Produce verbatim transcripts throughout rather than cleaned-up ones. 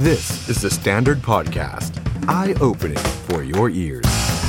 This is the Standard Podcast. Eye-opening for your ears.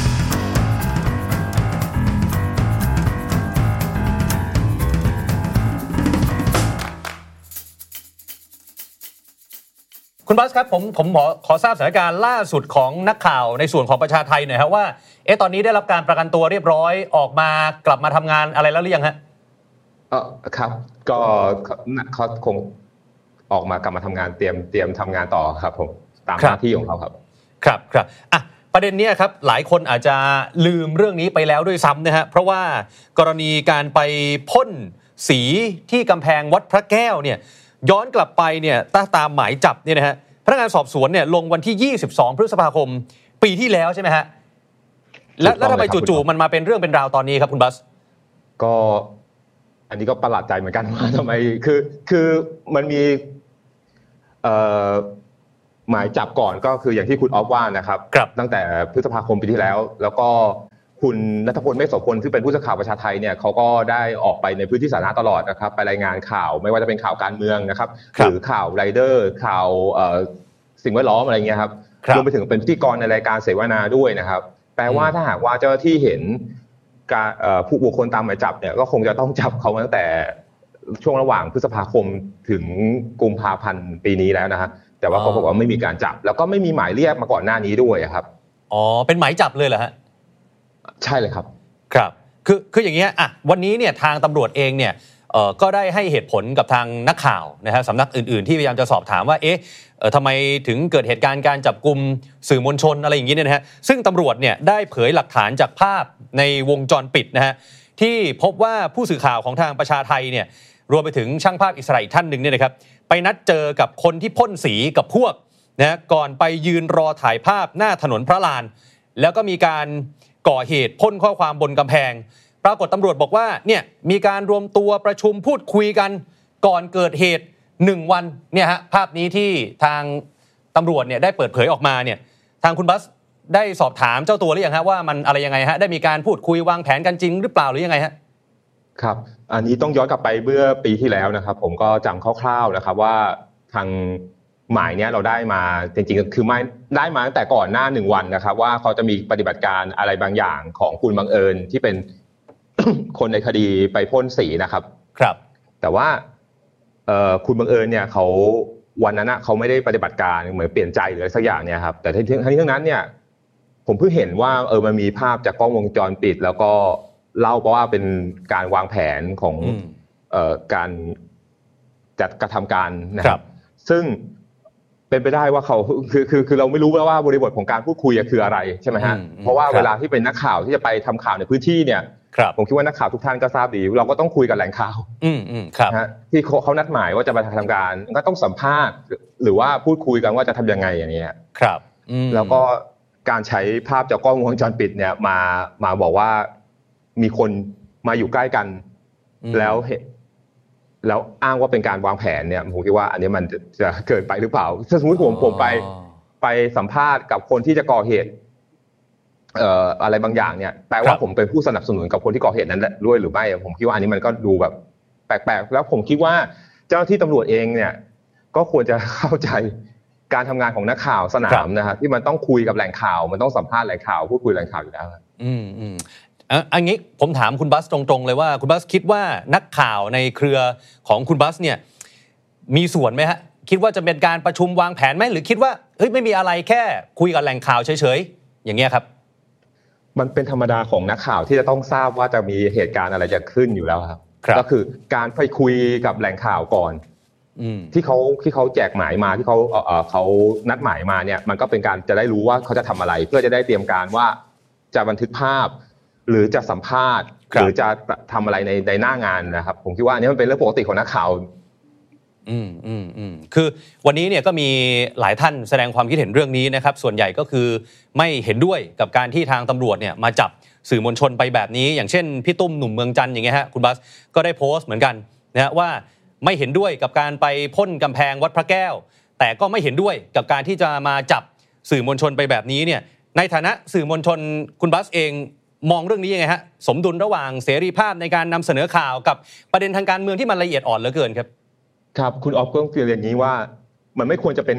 คุณบัสครับผมผมขอขอทราบสถานการณ์ล่าสุดของนักข่าวในส่วนของประชาไทยหน่อยครับว่าเอ๊ะตอนนี้ได้รับการประกันตัวเรียบร้อยออกมากลับมาทำงานอะไรแล้วหรือยังฮะเออครับก็เขาคงออกมากลับมาทำงานเตรียมเตรียมทำงานต่อครับผมตามหน้าที่ของเขาครับครับครับอ่ะประเด็นนี้ครับหลายคนอาจจะลืมเรื่องนี้ไปแล้วด้วยซ้ำนะฮะเพราะว่ากรณีการไปพ่นสีที่กำแพงวัดพระแก้วเนี่ยย้อนกลับไปเนี่ยตามหมายจับเนี่ยนะฮะพนักงานสอบสวนเนี่ยลงวันที่ยี่สิบสองพฤษภาคมปีที่แล้วใช่ไหมฮะแล้วแล้วทำไมจู่ๆมันมาเป็นเรื่องเป็นราวตอนนี้ครับคุณบัสก็อันนี้ก็ประหลาดใจเหมือนกันว่าทำไมคือคือมันมีเอ่อหมายจับก่อนก็คืออย่างที่คุณออฟว่านะครับตั้งแต่พฤษภาคมปีที่แล้วแล้วก็คุณณัฐพลเมฆโสพลซึ่งเป็นผู้สื่อข่าวประชาไทยเนี่ยเขาก็ได้ออกไปในพื้นที่สาธารณะตลอดนะครับไปรายงานข่าวไม่ว่าจะเป็นข่าวการเมืองนะครับหรือข่าวไรเดอร์ข่าวเอ่อสิ่งแวดล้อมอะไรเงี้ยครับรวมไปถึงเป็นพิธีกรในรายการเสวนาด้วยนะครับแปลว่าถ้าหากว่าเจ้าหน้าที่เห็นการเอ่อผู้บุคคลตามหมายจับเนี่ยก็คงจะต้องจับเขาตั้งแต่ช่วงระหว่างพฤษภาคมถึงกุมภาพันธ์ปีนี้แล้วนะฮะแต่ว่าเขาบอกว่าไม่มีการจับแล้วก็ไม่มีหมายเรียกมาก่อนหน้านี้ด้วยครับอ๋อเป็นหมายจับเลยเหรอฮะใช่เลยครับครับคือคืออย่างเงี้ยอ่ะวันนี้เนี่ยทางตำรวจเองเนี่ยเอ่อก็ได้ให้เหตุผลกับทางนักข่าวนะฮะสำนักอื่นๆที่พยายามจะสอบถามว่าเอ๊ะเอ่อทำไมถึงเกิดเหตุการณ์การจับกุมสื่อมวลชนอะไรอย่างงี้เนี่ยนะฮะซึ่งตำรวจเนี่ยได้เผยหลักฐานจากภาพในวงจรปิดนะฮะที่พบว่าผู้สื่อข่าวของทางประชาไทยเนี่ยรวมไปถึงช่างภาพอิสระอีกท่านนึงเนี่ยนะครับไปนัดเจอกับคนที่พ่นสีกับพวกนะก่อนไปยืนรอถ่ายภาพหน้าถนนพระลานแล้วก็มีการก่อเหตุพ่นข้อความบนกำแพงปรากฏตำรวจบอกว่าเนี่ยมีการรวมตัวประชุมพูดคุยกันก่อนเกิดเหตุหนึ่งวันเนี่ยฮะภาพนี้ที่ทางตำรวจเนี่ยได้เปิดเผยออกมาเนี่ยทางคุณบัสได้สอบถามเจ้าตัวหรือยังฮะว่ามันอะไรยังไงฮะได้มีการพูดคุยวางแผนกันจริงหรือเปล่าหรือยังไงฮะครับอันนี้ต้องย้อนกลับไปเมื่อปีที่แล้วนะครับผมก็จำคร่าวๆนะครับว่าทางหมายเนี้ยเราได้มาจริงๆคือไม่ได้มาตั้งแต่ก่อนหน้าหนึ่งวันนะครับว่าเขาจะมีปฏิบัติการอะไรบางอย่างของคุณบังเอิญที่เป็น คนในคดีไปพ่นสีนะครับครับแต่ว่าเอ่อคุณบังเอิญเนี่ยเขาวันนั้นนะเขาไม่ได้ปฏิบัติการเหมือนเปลี่ยนใจหรืออะไรสักอย่างเนี่ยครับแต่ทั้งนี้ทั้งนั้นเนี่ยผมเพิ่งเห็นว่าเออมันมีภาพจากกล้องวงจรปิดแล้วก็เล่าเพราะว่าเป็นการวางแผนของเอ่อการจัดกระทำการนะครับซึ่งเป็นไปได้ว่าเขาคือคือคือเราไม่รู้ว่าบริบทของการพูดคุยคืออะไรใช่ไหมฮะเพราะว่าเวลาที่เป็นนักข่าวที่จะไปทำข่าวในพื้นที่เนี่ยผมคิดว่านักข่าวทุกท่านก็ทราบดีเราก็ต้องคุยกับแหล่งข่าวนะฮะที่เขานัดหมายว่าจะไปทำการก็ต้องสัมภาษณ์หรือว่าพูดคุยกันว่าจะทำยังไงอย่างเงี้ยครับแล้วก็การใช้ภาพจากกล้องวงจรปิดเนี่ยมามาบอกว่ามีคนมาอยู่ใกล้กันแล้วเห็นแล้วอ้างว่าเป็นการวางแผนเนี่ยผมคิดว่าอันนี้มันจะเกินไปหรือเปล่าถ้าสมมติผมผมไปไปสัมภาษณ์กับคนที่จะก่อเหตุเอ่ออะไรบางอย่างเนี่ยแปลว่าผมเป็นผู้สนับสนุนกับคนที่ก่อเหตุนั้นด้วยหรือไม่ผมคิดว่าอันนี้มันก็ดูแบบแปลกๆแล้วผมคิดว่าเจ้าหน้าที่ตำรวจเองเนี่ยก็ควรจะเข้าใจการทำงานของนักข่าวสนามนะฮะที่มันต้องคุยกับแหล่งข่าวมันต้องสัมภาษณ์แหล่งข่าวพูดคุยแหล่งข่าวอยู่แล้วอืมอืมอันนี้ผมถามคุณบัสตรงๆเลยว่าคุณบัสคิดว่านักข่าวในเครือของคุณบัสเนี่ยมีส่วนไหมฮะคิดว่าจะเป็นการประชุมวางแผนไหมหรือคิดว่าเฮ้ยไม่มีอะไรแค่คุยกับแหล่งข่าวเฉยๆอย่างเงี้ยครับมันเป็นธรรมดาของนักข่าวที่จะต้องทราบว่าจะมีเหตุการณ์อะไรจะขึ้นอยู่แล้วครับก็คือการไปคุยกับแหล่งข่าวก่อนที่เขาที่เขาแจกหมายมาที่เขาเอ่อเขานัดหมายมาเนี่ยมันก็เป็นการจะได้รู้ว่าเขาจะทำอะไรเพื่อจะได้เตรียมการว่าจะบันทึกภาพหรือจะสัมภาษณ์หรือจะทำอะไรในในหน้างานนะครับผมคิดว่าอันนี้มันเป็นเรื่องปกติของนักข่าวอืมอืมอืมคือวันนี้เนี่ยก็มีหลายท่านแสดงความคิดเห็นเรื่องนี้นะครับส่วนใหญ่ก็คือไม่เห็นด้วยกับการที่ทางตำรวจเนี่ยมาจับสื่อมวลชนไปแบบนี้อย่างเช่นพี่ตุ้มหนุ่มเมืองจันทร์อย่างเงี้ยฮะคุณบัสก็ได้โพสต์เหมือนกันนะฮะว่าไม่เห็นด้วยกับการไปพ่นกำแพงวัดพระแก้วแต่ก็ไม่เห็นด้วยกับการที่จะมาจับสื่อมวลชนไปแบบนี้เนี่ยในฐานะสื่อมวลชนคุณบัสเองมองเรื่องนี้ยังไงฮะสมดุลระหว่างเสรีภาพในการนำเสนอข่าวกับประเด็นทางการเมืองที่มันละเอียดอ่อนเหลือเกินครับครับคุณออฟก็ต้องเรียนอย่างนี้ว่ามันไม่ควรจะเป็น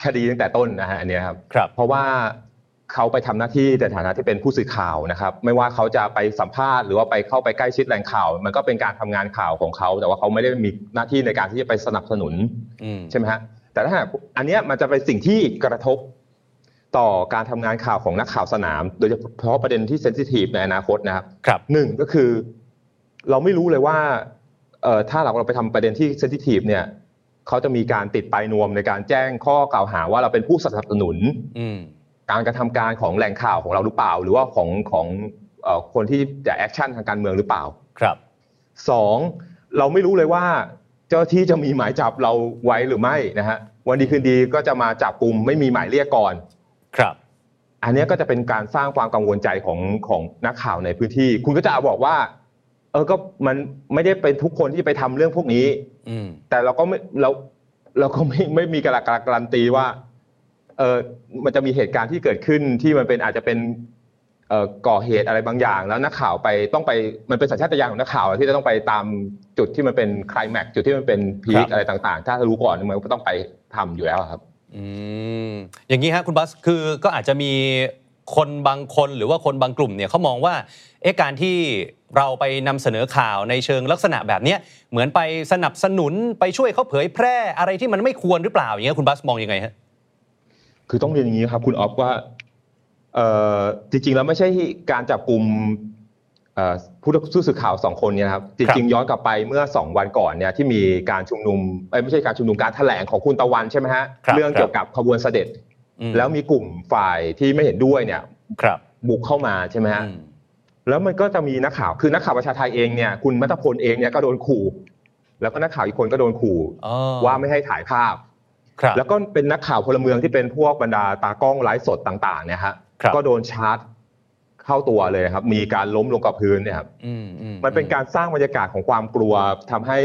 คดีตั้งแต่ต้นนะฮะอันนี้ครับครับเพราะว่าเขาไปทำหน้าที่ในฐานะที่เป็นผู้สื่อข่าวนะครับไม่ว่าเขาจะไปสัมภาษณ์หรือว่าไปเข้าไปใกล้ชิดแหล่งข่าวมันก็เป็นการทำงานข่าวของเขาแต่ว่าเขาไม่ได้มีหน้าที่ในการที่จะไปสนับสนุนใช่ไหมฮะแต่ถ้าอันนี้มันจะเป็นสิ่งที่กระทบต่อการทำงานข่าวของนักข่าวสนามโดยเฉพาะประเด็นที่เซนซิทีฟในอนาคตนะครับครับหนึ่งก็คือเราไม่รู้เลยว่าเอ่อถ้าเราเราไปทำประเด็นที่เซนซิทีฟเนี่ยเขาจะมีการติดปลายนวมในการแจ้งข้อกล่าวหาว่าเราเป็นผู้สนับสนุนการกระทำการของแหล่งข่าวของเราหรือเปล่าหรือว่าของของเอ่อคนที่จะแอคชั่นทางการเมืองหรือเปล่าครับสองเราไม่รู้เลยว่าเจ้าที่จะมีหมายจับเราไว้หรือไม่นะฮะวันดีคืนดีก็จะมาจับกุมไม่มีหมายเรียกก่อนครับอันนี้ก็จะเป็นการสร้างความกังวลใจของของนักข่าวในพื้นที่คุณก็จะบอกว่าเออก็มันไม่ได้เป็นทุกคนที่ไปทำเรื่องพวกนี้แต่เราก็ไม่เราเราก็ไม่ไม่มีการการันตีว่าเออมันจะมีเหตุการณ์ที่เกิดขึ้นที่มันเป็นอาจจะเป็นเอ่อก่อเหตุอะไรบางอย่างแล้วนักข่าวไปต้องไปมันเป็นสัญชาตญาณของนักข่าวที่จะต้องไปตามจุดที่มันเป็นไคลแม็กซ์จุดที่มันเป็นพีคอะไรต่างๆถ้ารู้ก่อนมันก็ต้องไปทำอยู่แล้วครับอืมอย่างนี้ฮะคุณบัสคือก็อาจจะมีคนบางคนหรือว่าคนบางกลุ่มเนี่ยเขามองว่าเอ๊ะการที่เราไปนำเสนอข่าวในเชิงลักษณะแบบนี้เหมือนไปสนับสนุนไปช่วยเขาเผยแพร่อะไรที่มันไม่ควรหรือเปล่าอย่างเงี้ยคุณบัสมองยังไงฮะคือต้องเรียนอย่างนี้ครับคุณออฟว่าเอ่อจริงๆแล้วไม่ใช่การจับกุมเอ่อผู้สื่อข่าวสองคนเนี่ยครับจริงๆย้อนกลับไปเมื่อสองวันก่อนเนี่ยที่มีการชุมนุมไม่ใช่การชุมนุมการแถลงของคุณตะวันใช่ไหมฮะเรื่องเกี่ยวกับขบวนเสด็จแล้วมีกลุ่มฝ่ายที่ไม่เห็นด้วยเนี่ยบุกเข้ามาใช่ไหมฮะแล้วมันก็จะมีนักข่าวคือนักข่าวประชาไทยเองเนี่ยคุณมัตตพลเองเนี่ยก็โดนขู่แล้วก็นักข่าวอีกคนก็โดนขู่ว่าไม่ให้ถ่ายภาพแล้วก็เป็นนักข่าวพลเมืองที่เป็นพวกบรรดาตากล้องไลฟ์สดต่างๆเนี่ยฮะก็โดนชาร์จเข้าตัวเลยครับมีการล้มลงกับพื้นเนี่ยครับมันเป็นการสร้างบรรยากาศของความกลัวทำให้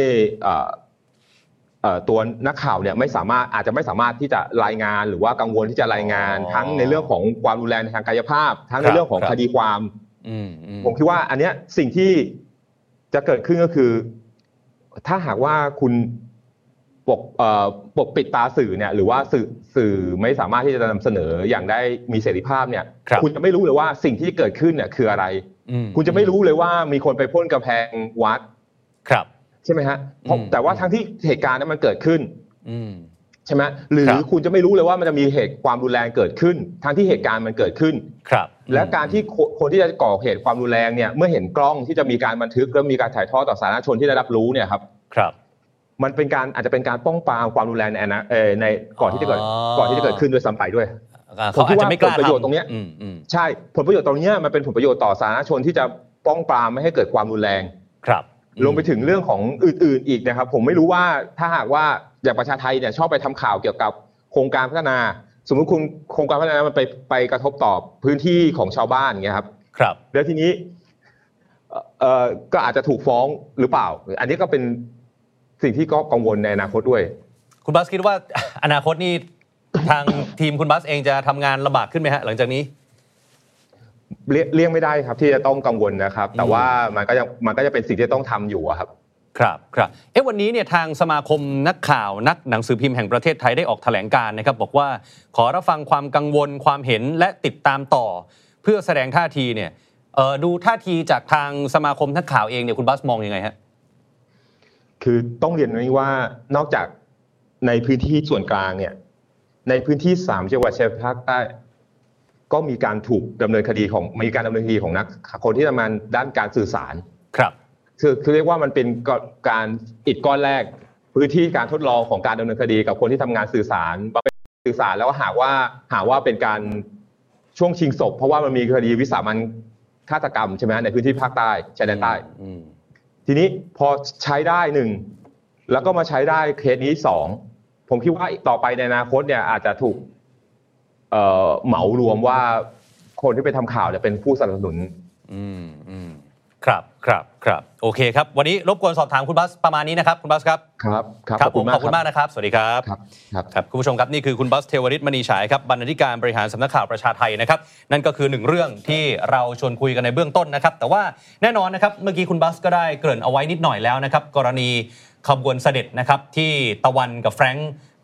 ตัวนักข่าวเนี่ยไม่สามารถอาจจะไม่สามารถที่จะรายงานหรือว่ากังวลที่จะรายงานทั้งในเรื่องของความรุนแรงในทางกายภาพทั้งในเรื่องของคดีความผมคิดว่าอันเนี้ยสิ่งที่จะเกิดขึ้นก็คือถ้าหากว่าคุณปกปกปิดตาสื่อเนี่ยหรือว่าสื่อสื่อไม่สามารถที่จะนำเสนออย่างได้มีเสรีภาพเนี่ยคุณจะไม่รู้เลยว่าสิ่งที่เกิดขึ้นเนี่ยคืออะไรคุณจะไม่รู้เลยว่ามีคนไปพ่นกำแพงวัดใช่ไหมฮะแต่ว่าทั้งที่เหตุการณ์นั้นมันเกิดขึ้นใช่ไหมหรือคุณจะไม่รู้เลยว่ามันจะมีเหตุความรุนแรงเกิดขึ้นทั้งที่เหตุการณ์มันเกิดขึ้นและการที่คนที่จะก่อเหตุความรุนแรงเนี่ยเมื่อเห็นกล้องที่จะมีการบันทึกและมีการถ่ายทอดต่อสาธารณชนที่ได้รับรู้เนี่ยครับมันเป็นการอาจจะเป็นการป้องปรามความรุนแรงในในก่อนที่จะเกิดก่อนที่จะเกิดขึ้นด้วยซ้ำไปด้วยผมคิดว่าผลประโยชน์ตรงนี้ใช่ผลประโยชน์ตรงนี้มันเป็นผลประโยชน์ต่อสาธารณชนที่จะป้องปรามไม่ให้เกิดความรุนแรงครับรวมไปถึงเรื่องของอื่นๆอีกนะครับผมไม่รู้ว่าถ้าหากว่าอย่างประชาไทยเนี่ยชอบไปทำข่าวเกี่ยวกับโครงการพัฒนาสมมุติคุณโครงการพัฒนามันไปไปกระทบต่อพื้นที่ของชาวบ้านอย่างเงี้ยครับครับแล้วทีนี้เอ่อก็อาจจะถูกฟ้องหรือเปล่าอันนี้ก็เป็นสิ่งที่ก็กังวลในอนาคตด้วยคุณบัสคิดว่าอนาคตนี่ทางทีมคุณบัสเองจะทำงานลำบากขึ้นไหมฮะหลังจากนี้เลี่ยงไม่ได้ครับที่จะต้องกังวลนะครับแต่ว่ามันก็ยังมันก็จะเป็นสิ่งที่ต้องทำอยู่ครับครับครับเอ๊ะวันนี้เนี่ยทางสมาคมนักข่าวนักหนังสือพิมพ์แห่งประเทศไทยได้ออกแถลงการณ์นะครับบอกว่าขอรับฟังความกังวลความเห็นและติดตามต่อเพื่อแสดงท่าทีเนี่ยเอ่อดูท่าทีจากทางสมาคมนักข่าวเองเนี่ยคุณบัสมองยังไงฮะคือต้องเรียนว่านอกจากในพื้นที่ส่วนกลางเนี่ยในพื้นที่สามจังหวัดชายแดนภาคใต้ก็มีการถูกดำเนินคดีของมีการดำเนินคดีของนักคนที่ทำงานด้านการสื่อสารครับคือคือเรียกว่ามันเป็นการอิฐก้อนแรกพื้นที่การทดลองของการดำเนินคดีกับคนที่ทำงานสื่อสารสื่อสารแล้วหากว่าหากว่าเป็นการช่วงชิงศพเพราะว่ามันมีคดีวิสามัญฆาตกรรมใช่ไหมในพื้นที่ภาคใต้ชายแดนใต้ทีนี้พอใช้ได้หนึ่งแล้วก็มาใช้ได้เคสนี้สองผมคิดว่าต่อไปในอนาคตเนี่ยอาจจะถูกเอ่อเหมารวมว่าคนที่ไปทำข่าวเนี่ยเป็นผู้สนับสนุนอืมอืมครับครับครับโอเคครับวันนี้รบกวนสอบถามคุณบัสประมาณนี้นะครับคุณบัสครับครับครับขอบคุณมากขอบคุณมากนะครับสวัสดีครับครับครับครับคุณผู้ชมครับนี่คือคุณบัสเทวฤทธิ์มณีฉายครับบรรณาธิการบริหารสำนักข่าวประชาไทยนะครับนั่นก็คือหนึ่งเรื่องที่เราชวนคุยกันในเบื้องต้นนะครับแต่ว่าแน่นอนนะครับเมื่อกี้คุณบัสก็ได้เกริ่นเอาไว้นิดหน่อยแล้วนะครับกรณีขบวนเสด็จนะครับที่ตะวันกับแฟรงค์ไป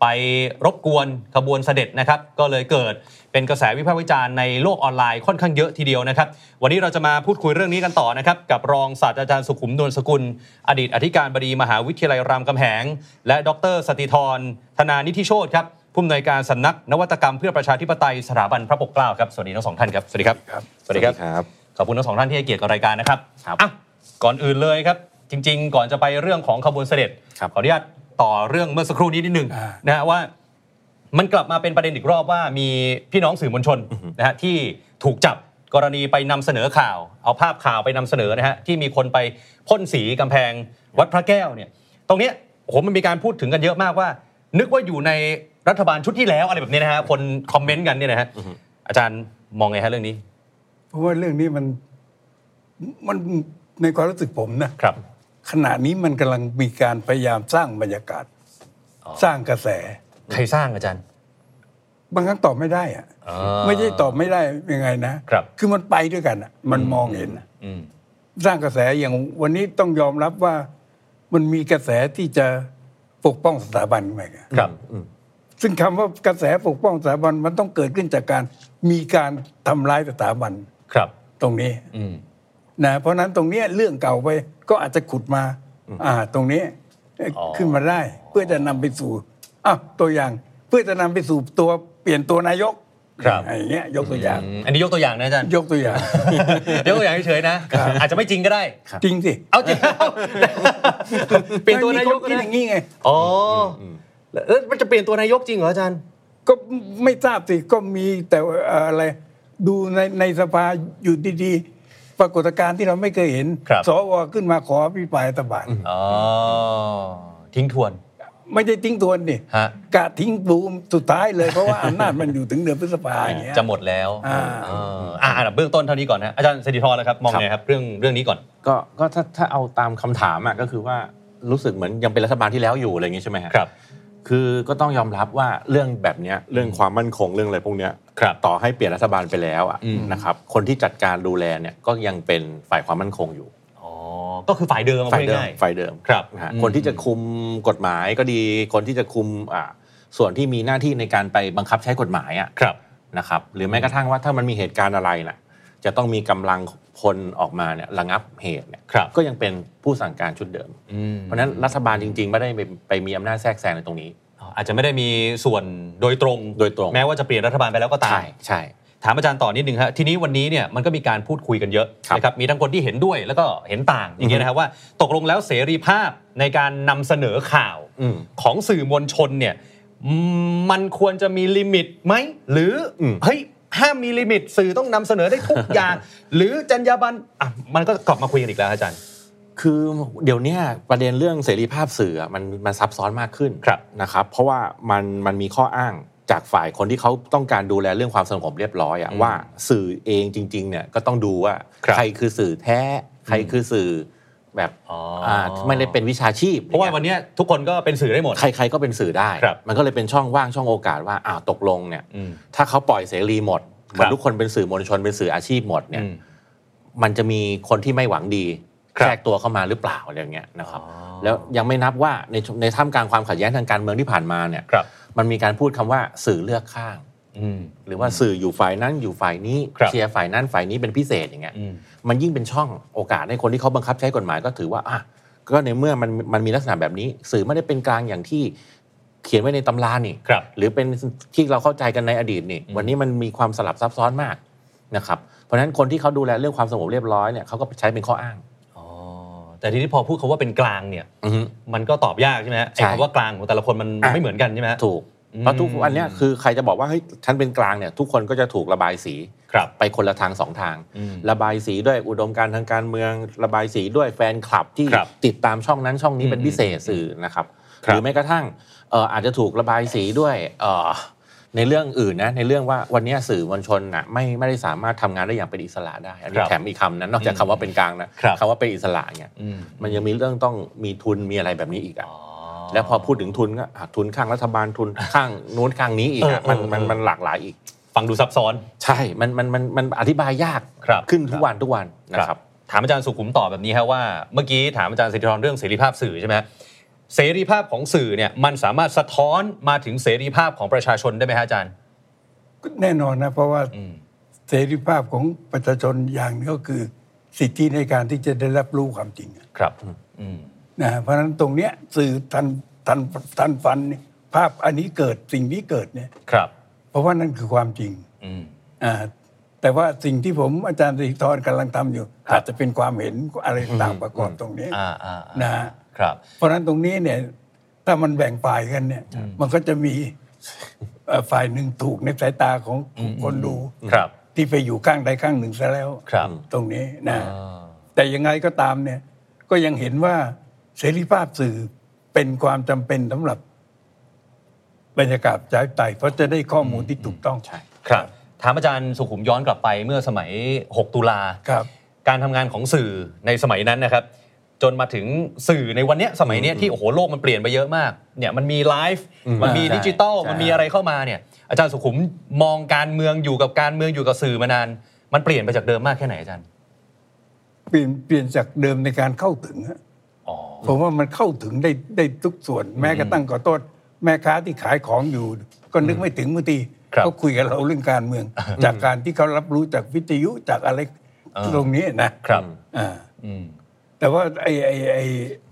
ไปรบกวนขบวนเสด็จนะครับก็เลยเกิดเป็นกระแสวิพากษ์วิจารณ์ในโลกออนไลน์ค่อนข้างเยอะทีเดียวนะครับวันนี้เราจะมาพูดคุยเรื่องนี้กันต่อนะครับกับรองศาสตราจารย์สุขุมนวลสกุลอดีตอธิการบดีมหาวิทยาลัยรามคำแหงและดรสติธรธนานิธิโชติครับผู้อำนวยการสำนักนวัตกรรมเพื่อประชาธิปไตยสถาบันพระปกเกล้าครับสวัสดีทั้งสองท่านครับสวัสดีครับสวัสดีครับขอบคุณทั้งสองท่านที่ให้เกียรติกับรายการนะครับอ่ะก่อนอื่นเลยครับจริงๆก่อนจะไปเรื่องของขบวนเสด็จขออนุญาตต่อเรื่องเมื่อสักครู่นี้นิดนึงนะฮะว่ามันกลับมาเป็นประเด็นอีกรอบว่ามีพี่น้องสื่อมวลชนนะฮะที่ถูกจับกรณีไปนำเสนอข่าวเอาภาพข่าวไปนำเสนอนะฮะที่มีคนไปพ่นสีกำแพงวัดพระแก้วเนี่ยตรงเนี้ยโอ้โหมันมีการพูดถึงกันเยอะมากว่านึกว่าอยู่ในรัฐบาลชุดที่แล้วอะไรแบบนี้นะฮะคนคอมเมนต์กันเนี่ยนะฮะอาจารย์มองไงฮะเรื่องนี้เพราะว่าเรื่องนี้มันมันในความรู้สึกผมนะครับขณะนี้มันกำลังมีการพยายามสร้างบรรยากาศสร้างกระแสใครสร้างอาจารย์บางครั้งตอบไม่ได้อะไม่ใช่ตอบไม่ได้ยังไงนะครับคือมันไปด้วยกันอ่ะมันมองเห็นสร้างกระแสอย่างวันนี้ต้องยอมรับว่ามันมีกระแสที่จะปกป้องสถาบันไหมครับซึ่งคำว่ากระแสปกป้องสถาบันมันต้องเกิดขึ้นจากการมีการทำร้ายสถาบันครับตรงนี้นะเพราะนั้นตรงนี้เรื่องเก่าไปก็อาจจะขุดมาอ่าตรงนี้ขึ้นมาได้เพื่อจะนำไปสู่อ้าวตัวอย่างเพื่อจะนำไปสู่ตัวเปลี่ยนตัวนายกครับอย่างเงี้ยยกตัวอย่างอันนี้ยกตัวอย่างนะอาจารย์ยกตัวอย่างยกตัวอย่างเฉยๆนะอาจจะไม่จริงก็ได้จริงสิเอาจริงเปลี่ยนตัวนายกก็ได้อย่างงี้ไงอ๋อแล้วมันจะเปลี่ยนตัวนายกจริงเหรออาจารย์ก็ไม่ทราบสิก็มีแต่อะไรดูในในสภาอยู่ดีๆปรากฏการณ์ที่เราไม่เคยเห็นสวขึ้นมาขออภิปรายรัฐบาลอ๋อทิ้งทวนไม่ได้ทิ้งทวนดิกะทิ้งปูมสุดท้ายเลยเพราะว่าอำนาจมันอยู่ถึงเดือนพฤษภาอย่างเงี้ยจะหมดแล้วอ่าอ่าเบื้องต้นเท่านี้ก่อนนะอาจารย์สิริธรเลยครับมองไงครับเรื่องเรื่องนี้ก่อนก็ก็ถ้าถ้าเอาตามคำถามอ่ะก็คือว่ารู้สึกเหมือนยังเป็นรัฐบาลที่แล้วอยู่อะไรอย่างงี้ใช่ไหมครับคือก็ต้องยอมรับว่าเรื่องแบบนี้เรื่องความมั่นคงเรื่องอะไรพวกนี้ต่อให้เปลี่ยนรัฐบาลไปแล้วอ่ะนะครับคนที่จัดการดูแลเนี่ยก็ยังเป็นฝ่ายความมั่นคงอยู่อ๋อก็คือฝ่ายเดิมฝ่ายเดิมฝ่ายเดิมครับคนที่จะคุมกฎหมายก็ดีคนที่จะคุมอ่าส่วนที่มีหน้าที่ในการไปบังคับใช้กฎหมายอ่ะนะครับหรือแม้กระทั่งว่าถ้ามันมีเหตุการณ์อะไรน่ะจะต้องมีกำลังพลออกมาเนี่ยระงับเหตุเนี่ยก็ยังเป็นผู้สั่งการชุดเดิมเพราะฉะนั้นรัฐบาลจริงๆไม่ได้ไปไปมีอำนาจแทรกแซงในตรงนี้อาจจะไม่ได้มีส่วนโดยตรงโดยตรงแม้ว่าจะเปลี่ยนรัฐบาลไปแล้วก็ตามใช่ใช่ถามอาจารย์ต่อนิดนึงครับทีนี้วันนี้เนี่ยมันก็มีการพูดคุยกันเยอะนะครับมีทั้งคนที่เห็นด้วยแล้วก็เห็นต่างอย่างเงี้ยนะครับว่าตกลงแล้วเสรีภาพในการนำเสนอข่าวของสื่อมวลชนเนี่ยมันควรจะมีลิมิตไหมหรือเฮ้ยห้ามมีลิมิตสื่อต้องนำเสนอได้ทุกอย่าง หรือจรรยาบรรณอ่ะมันก็กลับมาคุยกันอีกแล้วอาจารย์คือเดี๋ยวนี้ประเด็นเรื่องเสรีภาพสื่อมันมันซับซ้อนมากขึ้นนะครับเพราะว่ามันมันมีข้ออ้างจากฝ่ายคนที่เขาต้องการดูแลเรื่องความสงบเรียบร้อยอะว่าสื่อเองจริงๆเนี่ยก็ต้องดูว่าใครคือสื่อแท้ใครคือสื่อแบบอ่าไม่ได้เป็นวิชาชีพเพราะว่าวันนี้ทุกคนก็เป็นสื่อได้หมดใครๆก็เป็นสื่อได้มันก็เลยเป็นช่องว่างช่องโอกาสว่าอ้าวตกลงเนี่ยถ้าเขาปล่อยเสรีหมดเหมือนทุกคนเป็นสื่อมวลชนเป็นสื่ออาชีพหมดเนี่ยมันจะมีคนที่ไม่หวังดีแทรกตัวเข้ามาหรือเปล่าอะไรอย่างเงี้ยนะครับแล้วยังไม่นับว่าในในท่ามกลางความขัดแย้งทางการเมืองที่ผ่านมาเนี่ยมันมีการพูดคำว่าสื่อเลือกข้างหรือว่าสื่ออยู่ฝ่ายนั้นอยู่ฝ่ายนี้เชียร์ฝ่ายนั้นฝ่ายนี้เป็นพิเศษอย่างเงี้ยมันยิ่งเป็นช่องโอกาสให้คนที่เขาบังคับใช้กฎหมายก็ถือว่าอ่ะก็ในเมื่อมันมันมีลักษณะแบบนี้สื่อไม่ได้เป็นกลางอย่างที่เขียนไว้ในตำรานี่หรือเป็นที่เราเข้าใจกันในอดีตนี่วันนี้มันมีความสลับซับซ้อนมากนะครับเพราะฉะนั้นคนที่เขาดูแลเรื่องความสงบเรียบร้อยเนี่ยเขาก็ใช้เป็นข้ออ้างแต่ทีนี้พอพูดคำว่าเป็นกลางเนี่ยมันก็ตอบยากใช่ไหมไอ้คำว่ากลางของแต่ละคนมันไม่เหมือนกันใช่ไหมถูกเพราะทุกวันนี้คือใครจะบอกว่าเฮ้ยฉันเป็นกลางเนี่ยทุกคนก็จะถูกระบายสีไปคนละทางสองทางระบายสีด้วยอุดมการณ์ทางการเมืองระบายสีด้วยแฟนคลับที่ติดตามช่องนั้นช่องนี้เป็นพิเศษสื่อนะครับหรือแม้กระทั่งอาจจะถูกระบายสีด้วยในเรื่องอื่นนะในเรื่องว่าวันนี้สื่อมวลชนน่ะไม่ไม่ได้สามารถทำงานได้อย่างเป็นอิสระได้อันนี้แถมอีกคำนั้นนอกจากคำว่าเป็นกลางนะคำว่าเป็นอิสระเนี่ยมันยังมีเรื่องต้องมีทุนมีอะไรแบบนี้อีกอ่ะแล้วพอพูดถึงทุนก็ทุนข้างรัฐบาลทุนข้างนู้นข้างนี้อีกมันมันมันหลากหลายอีกฟังดูซับซ้อนใช่มันมันมันมันอธิบายยากขึ้นทุกวันทุกวันนะครับถามอาจารย์สุขุมตอบแบบนี้ครับว่าเมื่อกี้ถามอาจารย์สิทธิธรเรื่องเสรีภาพสื่อใช่ไหมเสรีภาพของสื่อเนี่ยมันสามารถสะท้อนมาถึงเสรีภาพของประชาชนได้ไหมฮะอาจารย์แน่นอนนะเพราะว่าเสรีภาพของประชาชนอย่างนึงก็คือสิทธิในการที่จะได้รับรู้ความจริงครับนะเพราะฉะนั้นตรงเนี้ยสื่อทันทันทันฟันภาพอันนี้เกิดสิ่งนี้เกิดเนี่ยครับเพราะว่านั่นคือความจริงอ่าแต่ว่าสิ่งที่ผมอาจารย์สิริธรกำลังทำอยู่อาจจะเป็นความเห็นอะไรต่างประกอบตรงนี้นะครับเพราะฉะนั้นตรงนี้เนี่ยถ้ามันแบ่งฝ่ายกันเนี่ยมันก็จะมีฝ่ายหนึ่งถูกในสายตาของคนดูที่ไปอยู่ข้างใดข้างหนึ่งซะแล้วตรงนี้นะแต่ยังไงก็ตามเนี่ยก็ยังเห็นว่าเสรีภาพสื่อเป็นความจำเป็นสำหรับบรรยากาศประชาธิปไตยเพราะจะได้ข้อมูลที่ถูกต้องใช่ครับถามอาจารย์สุขุมย้อนกลับไปเมื่อสมัยหกตุลาการทำงานของสื่อในสมัยนั้นนะครับจนมาถึงสื่อในวันนี้สมัยนี้ที่โอ้โหโลกมันเปลี่ยนไปเยอะมากเนี่ยมันมีไลฟ์มันมีดิจิตอลมันมีอะไรเข้ามาเนี่ยอาจารย์สุขุมมองการเมืองอยู่กับการเมืองอยู่กับสื่อมานานมันเปลี่ยนไปจากเดิมมากแค่ไหนอาจารย์เปลี่ยนเปลี่ยนจากเดิมในการเข้าถึงผมว่ามันเข้าถึงได้ได้ทุกส่วนแม้กระทั่งขอโทษแม่ค้าที่ขายของอยู่ก็นึกไม่ถึงบางทีเขาคุยกับเราเรื่องการเมืองจากการที่เขารับรู้จากวิทยุจากอะไรตรงนี้นะครับอ่าแต่ว่าไอ้ไอ้ไอ้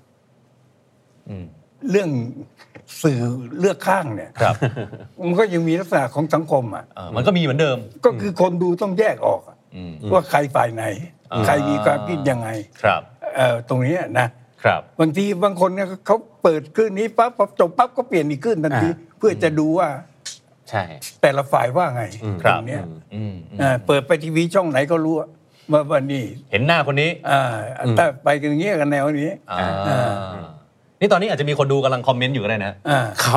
เรื่องสื่อเลือกข้างเนี่ยมันก็ยังมีลักษณะของสังคมอ่ะมันก็มีเหมือนเดิมก็คือคนดูต้องแยกออกว่าใครฝ่ายไหนใครมีความคิดยังไงตรงนี้นะครับบางทีบางคนเนี่ยเขาเปิดคลื่นนี้ปั๊บพอจบปั๊บก็เปลี่ยนอีกคลื่นทันทีเพื่อจะดูว่าใช่แต่ละฝ่ายว่าไงตรงนี้เปิดไปทีวีช่องไหนก็รู้ว่าวันนี้เห็นหน้าคนนี้ถ้าไปกันอย่างเงี้ยกันแนวนี้นี่ตอนนี้อาจจะมีคนดูกำลังคอมเมนต์อยู่ก็ได้นะครับ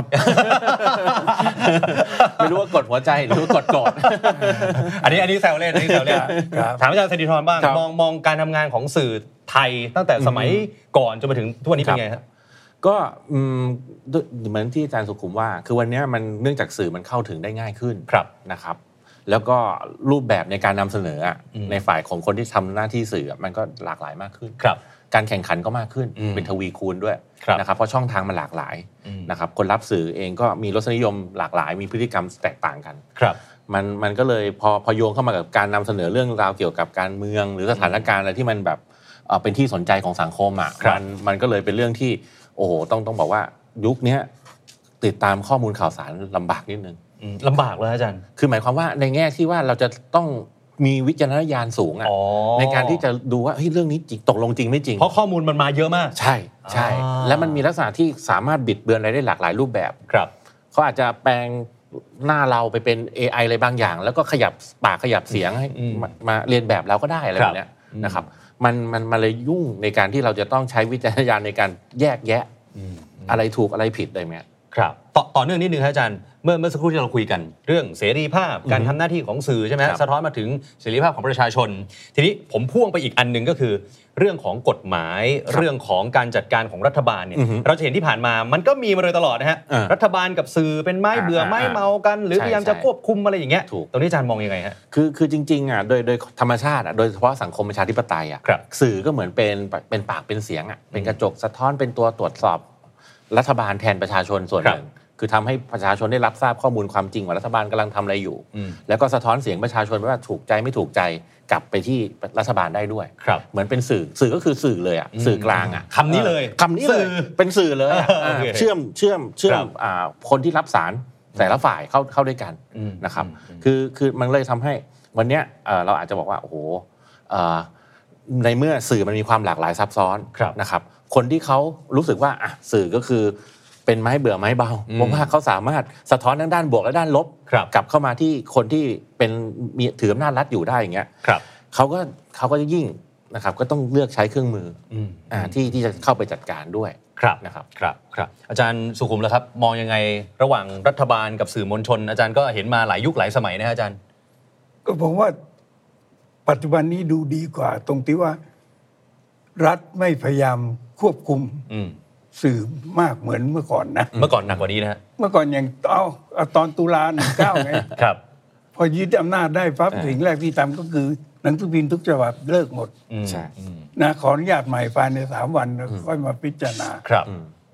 ไม่รู้ว่ากดหัวใจหรือว่ากดกดอันนี้อันนี้แซวเล่นอันนี้แซวเล่นถามอาจารย์สิริธรบ้างมองมองการทำงานของสื่อไทยตั้งแต่สมัยก่อนจนมาถึงทุกวันนี้เป็นไงครับก็เหมือนที่อาจารย์สุขุมว่าคือวันนี้มันเนื่องจากสื่อมันเข้าถึงได้ง่ายขึ้นนะครับแล้วก็รูปแบบในการนำเสนอในฝ่ายของคนที่ทำหน้าที่สื่อมันก็หลากหลายมากขึ้นการแข่งขันก็มากขึ้นเป็นทวีคูณด้วยนะครับเพราะช่องทางมันหลากหลายนะครับคนรับสื่อเองก็มีรสนิยมหลากหลายมีพฤติกรรมแตกต่างกันมันมันก็เลยพอพอโยงเข้ามากับการนำเสนอเรื่องราวเกี่ยวกับการเมืองหรือสถานการณ์อะไรที่มันแบบเป็นที่สนใจของสังคมอ่ะมันมันก็เลยเป็นเรื่องที่โอ้โหต้องต้องบอกว่ายุคนี้ติดตามข้อมูลข่าวสารลำบากนิดนึงลำบากเลยอาจารย์คือหมายความว่าในแง่ที่ว่าเราจะต้องมีวิจารณญาณสูงอ่ะในการที่จะดูว่าเฮ้ยเรื่องนี้จริงตกลงจริงไม่จริงเพราะข้อมูลมันมาเยอะมากใช่ใช่และมันมีลักษณะที่สามารถบิดเบือนอะไรได้หลากหลายรูปแบบครับเขาอาจจะแปลงหน้าเราไปเป็น เอ ไอ อะไรบางอย่างแล้วก็ขยับปากขยับเสียงให้มาเรียนแบบเราก็ได้อะไรแบบนี้นะครับมันมันมาเลยยุ่งในการที่เราจะต้องใช้วิจารณญาณในการแยกแยะอะไรถูกอะไรผิดได้ไหมครับต่อต่อเนื่องนิดนึงครับอาจารย์เมื่อเมื่อสักครู่ที่เราคุยกันเรื่องเสรีภาพการทำหน้าที่ของสื่อใช่ไหมสะท้อนมาถึงเสรีภาพของประชาชนทีนี้ผมพ่วงไปอีกอันนึงก็คือเรื่องของกฎหมายเรื่องของการจัดการของรัฐบาลเนี่ยเราจะเห็นที่ผ่านมามันก็มีมาโดยตลอดนะฮะรัฐบาลกับสื่อเป็นไม้เบื่อไม้เมากันหรือพยายามจะควบคุมอะไรอย่างเงี้ยตรงนี้อาจารย์มองยังไงฮะคือคือจริงๆอ่ะโดยโดยธรรมชาติอ่ะโดยเฉพาะสังคมประชาธิปไตยอ่ะสื่อก็เหมือนเป็นเป็นปากเป็นเสียงอ่ะเป็นกระจกสะท้อนเป็นตัวตรวจสอบรัฐบาลแทนประชาชนส่วนหนึ่งคือทำให้ประชาชนได้รับทราบข้อมูลความจริงว่ารัฐบาลกำลังทำอะไรอยู่แล้วก็สะท้อนเสียงประชาชนว่าถูกใจไม่ถูกใจกลับไปที่รัฐบาลได้ด้วยเหมือนเป็นสื่อสื่อก็คือสื่อเลยอ่ะสื่อกลางอ่ะคำนี้เลยคำนี้เลยเป็นสื่อเลยเชื่อมเชื่อมเชื่อมคนที่รับสารแต่ละฝ่ายเข้าเข้าด้วยกันนะครับคือคือมันเลยทำให้วันนี้เราอาจจะบอกว่าโอ้โหในเมื่อสื่อมันมีความหลากหลายซับซ้อนนะครับคนที่เขารู้สึกว่าสื่อก็คือเป็นไม้เบื่อไม้เบาเพราะว่าเขาสามารถสะท้อนทั้งด้านบวกและด้านลบกลับเข้ามาที่คนที่เป็นมีถืออำนาจรัฐอยู่ได้อย่างเงี้ยเขาก็เขาก็จะยิ่งนะครับก็ต้องเลือกใช้เครื่องมืออ่าที่ที่จะเข้าไปจัดการด้วยนะครับครับครับอาจารย์สุขุมแล้วครับมองยังไงระหว่างรัฐบาลกับสื่อมวลชนอาจารย์ก็เห็นมาหลายยุคหลายสมัยนะอาจารย์ก็ผมว่าปัจจุบันนี้ดูดีกว่าตรงที่ว่ารัฐไม่พยายามควบคุมสื่อมากเหมือนเมื่อก่อนนะเมื่อก่อนหนักกว่านี้นะฮะเมื่อก่อนอย่างเอาตอนตุลาหนึ่งเก้าไงครับพอยึดอำนาจได้ปั๊บสิ่งแรกที่ทำก็คือหนังสือพิมพ์ทุกฉบับเลิกหมดใช่นะขออนุญาตใหม่ภายในสามวันค่อยมาพิจารณาครับ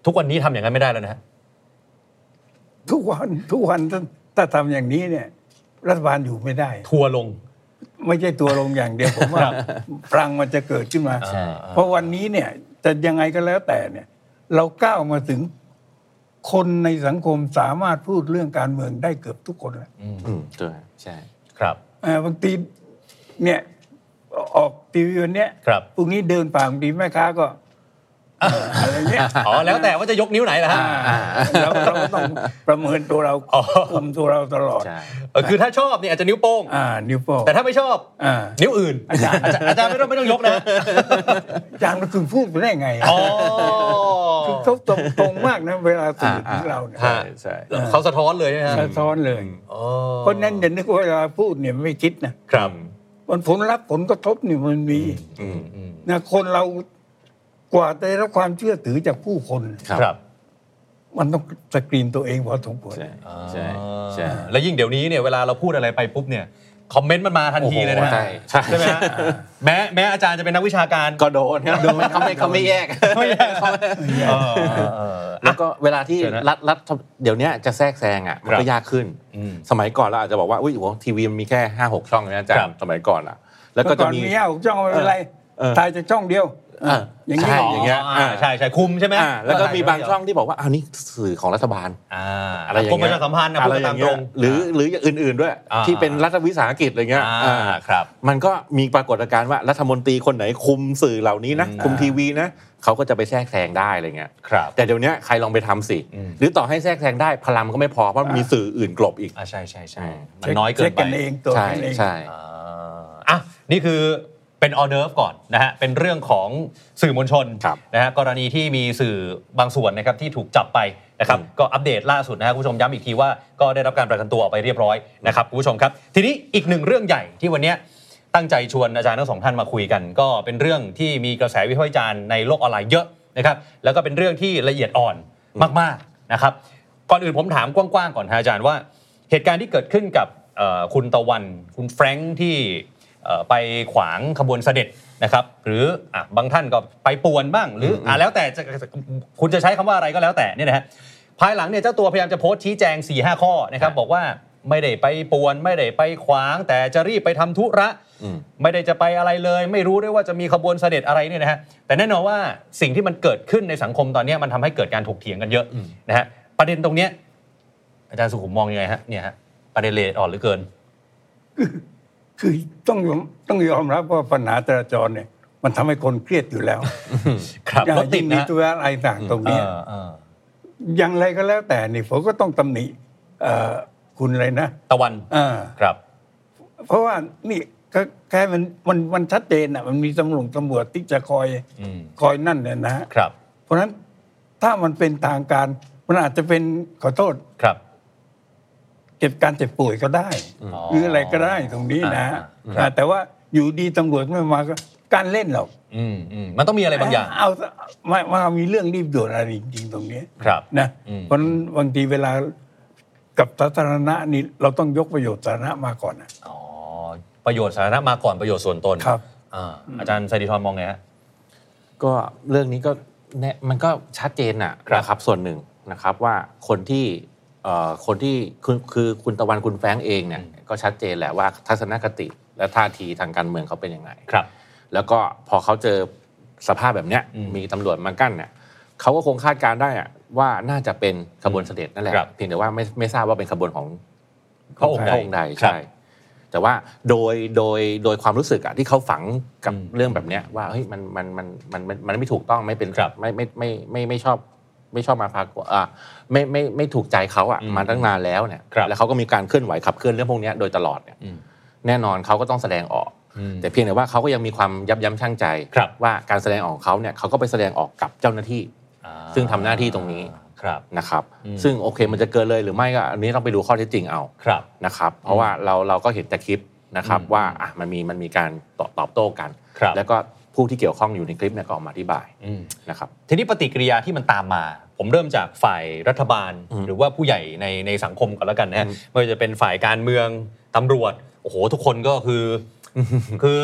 ทุกวันนี้ทำอย่างนั้นไม่ได้แล้วนะฮะทุกวันทุกวันถ้าทำอย่างนี้เนี่ยรัฐบาลอยู่ไม่ได้ทัวลงไม่ใช่ตัวลงอย่างเดียวผมว่าพลังมันจะเกิดขึ้นมาเพราะวันนี้เนี่ยจะยังไงก็แล้วแต่เนี่ยเราก้าวมาถึงคนในสังคมสามารถพูดเรื่องการเมืองได้เกือบทุกคนแล้วอืมใช่ครับบางทีเนี่ยออกทีวีวันเนี้ยพรุ่งนี้เดินผ่านบางทีแม่ค้าก็อะไรเงี้ยอ๋อแล้วแต่ว่าจะยกนิ้วไหนล่ะฮะแล้วเราก็ต้องประเมินตัวเราคุมตัวเราตลอดคือถ้าชอบเนี่ยอาจจะนิ้วโป้งอ่านิ้วโป้งแต่ถ้าไม่ชอบนิ้วอื่นอาจารย์อาจารย์ไม่ต้องไม่ต้องยกนะอาจารย์คุณพูดไปได้ไงอ๋อคือเขาตรงตรงมากนะเวลาสื่อของเราเนี่ยใช่เขาสะท้อนเลยนะสะท้อนเลยเพราะนั้นอย่านึกว่าเวลาพูดเนี่ยไม่คิดนะครับผลลัพธ์ผลกระทบนี่มันมีนะคนเรากว่าจะได้รับความเชื่อถือจากผู้คนครับมันต้องสกรีนตัวเองพอสมควรใช่ใช่ใช่แล้วยิ่งเดี๋ยวนี้เนี่ยเวลาเราพูดอะไรไปปุ๊บเนี่ยคอมเมนต์มันมาทันทีเลยนะใช่ใช่ไหมแม้แม้อาจารย์จะเป็นนักวิชาการก็โดนครับเขาไม่เขาไม่แยกไม่แยกแล้วก็เวลาที่รัฐรัฐเดี๋ยวนี้จะแทรกแซงอ่ะมันก็ยากขึ้นสมัยก่อนเราอาจจะบอกว่าอุ้ยโหทีวีมันมีแค่ห้าหกช่องนะอาจารย์สมัยก่อนอ่ะแล้วก็จะมีห้าหกช่องอะไรตายจากช่องเดียวอย่างนี้อย่างเงี้ยใช่ใช่คุมใช่ไหมแล้วก็มีบางช่องที่บอกว่าอ้าวนี่สื่อของรัฐบาลอะไรอย่างเงี้ยกรมประชาสัมพันธ์อะไรอย่างเงี้ยหรือหรืออย่างอื่นๆด้วยที่เป็นรัฐวิสาหกิจอะไรเงี้ยครับมันก็มีปรากฏการณ์ว่ารัฐมนตรีคนไหนคุมสื่อเหล่านี้นะคุมทีวีนะเขาก็จะไปแทรกแซงได้อะไรเงี้ยแต่เดี๋ยวนี้ใครลองไปทำสิหรือต่อให้แทรกแซงได้พลังก็ไม่พอเพราะมีสื่ออื่นกลบอีกใช่ใช่ใช่มันน้อยเกินไปใช่ใช่อ่ะนี่คือเป็นออเดิร์ฟก่อนนะฮะเป็นเรื่องของสื่อมวลชนนะฮะกรณีที่มีสื่อบางส่วนนะครับที่ถูกจับไปนะครับก็อัปเดตล่าสุดนะฮะคุณผู้ชมย้ำอีกทีว่าก็ได้รับการประกันตัวออกไปเรียบร้อยนะครับคุณผู้ชมครับทีนี้อีกหนึ่งเรื่องใหญ่ที่วันนี้ตั้งใจชวนอาจารย์ทั้งสองท่านมาคุยกันก็เป็นเรื่องที่มีกระแสวิพากษ์วิจารณ์ในโลกออนไลน์เยอะนะครับแล้วก็เป็นเรื่องที่ละเอียดอ่อนมากๆนะครับก่อนอื่นผมถามกว้างๆก่อนอาจารย์ว่าเหตุการณ์ที่เกิดขึ้นกับคุณตะวันคุณแฟรงค์ที่ไปขวางขบวนเสด็จนะครับหรืออ่ะบางท่านก็ไปป่วนบ้างหรืออ่ะแล้วแต่คุณจะใช้คำว่าอะไรก็แล้วแต่เนี่ยนะฮะภายหลังเนี่ยเจ้าตัวพยายามจะโพสต์ชี้แจง สี่ห้า ข้อนะครับบอกว่าไม่ได้ไปป่วนไม่ได้ไปขวางแต่จะรีบไปทำธุระไม่ได้จะไปอะไรเลยไม่รู้ด้วยว่าจะมีขบวนเสด็จอะไรเนี่ยนะฮะแต่แน่นอนว่าสิ่งที่มันเกิดขึ้นในสังคมตอนนี้มันทำให้เกิดการถกเถียงกันเยอะนะฮะประเด็นตรงเนี้ยอาจารย์สุขุมมองยังไงฮะเนี่ยฮะประเด็นละเอียดอ่อนเหลือเกินคือต้องต้องยอมรับว่าปัญหาจราจรเนี่ยมันทำให้คนเครียดอยู่แล้วครับรถติดนะตัวอะไรต่างตรงนี้อย่างไรก็แล้วแต่นี่ผมก็ต้องตำหนิคุณอะไรนะตะวันครับเพราะว่านี่ก็แค่มันมันมันชัดเจนอ่ะมันมีตำรวจตำรวจที่จะคอยคอยนั่นเนี่ยนะครับเพราะฉะนั้นถ้ามันเป็นทางการมันอาจจะเป็นขอโทษครับเจ็บการเจ็บป่วยก็ได้หรืออะไรก็ได้ตรงนี้นะแต่ว่าอยู่ดีตำรวจไม่มาก็การเล่นหรอกมันต้องมีอะไรบางอย่างเอามามามีเรื่องรีบด่วนอะไรจริงๆตรงนี้นะเพราะบางทีเวลากับสาธารณะนี่เราต้องยกประโยชน์สาธารณะมาก่อนนะอ๋อประโยชน์สาธารณะมาก่อนประโยชน์ส่วนตนครับอาจารย์ไซดิธรมองไงฮะก็เรื่องนี้ก็เนี่ยมันก็ชัดเจนนะครับส่วนหนึ่งนะครับว่าคนที่คนที่คือคือคุณตะวันคุณแฟรงค์เองเนี่ยก็ชัดเจนแหละว่าทัศนคติและท่าทีทางการเมืองเขาเป็นยังไงครับแล้วก็พอเขาเจอสภาพแบบเนี้ยมีตำรวจมากั้นเนี่ยเขาก็คงคาดการได้อะว่าน่าจะเป็นขบวนเสด็จนั่นแหละเพียงแต่ว่าไม่ไม่ทราบว่าเป็นขบวนของพระองค์ใดใช่แต่ว่าโดยโดยโดยความรู้สึกอะที่เขาฝังกับเรื่องแบบเนี้ยว่าเฮ้ยมันมันมันมันมันไม่ถูกต้องไม่เป็นไม่ไม่ไม่ไม่ไม่ชอบไม่ชอบมาพากลอ่ะไม่ไม่ไม่ถูกใจเขาอ่ะมาตั้งนานแล้วเนี่ยแล้วเขาก็มีการเคลื่อนไหวขับเคลื่อนเรื่องพวกนี้โดยตลอดเนี่ยแน่นอนเขาก็ต้องแสดงออกแต่เพียงแต่ว่าเขาก็ยังมีความยับยั้งชั่งใจว่าการแสดงออกของเขาเนี่ยเขาก็ไปแสดงออกกับเจ้าหน้าที่ซึ่งทำหน้าที่ตรงนี้นะครับซึ่งโอเคมันจะเกินเลยหรือไม่ก็อันนี้ต้องไปดูข้อเท็จจริงเอานะครับเพราะว่าเราเราก็เห็นแต่คลิปนะครับว่าอ่ะมันมีมันมีการตอบโต้กันแล้วก็ผู้ที่เกี่ยวข้องอยู่ในคลิปเนี่ยก็ออกมาอธิบายนะครับทีนี้ปฏิกิริยาที่มันตามมาผมเริ่มจากฝ่ายรัฐบาลหรือว่าผู้ใหญ่ในในสังคมก่อนแล้วกันนะฮะไม่ว่าจะเป็นฝ่ายการเมืองตำรวจโอ้โหทุกคนก็คือคือ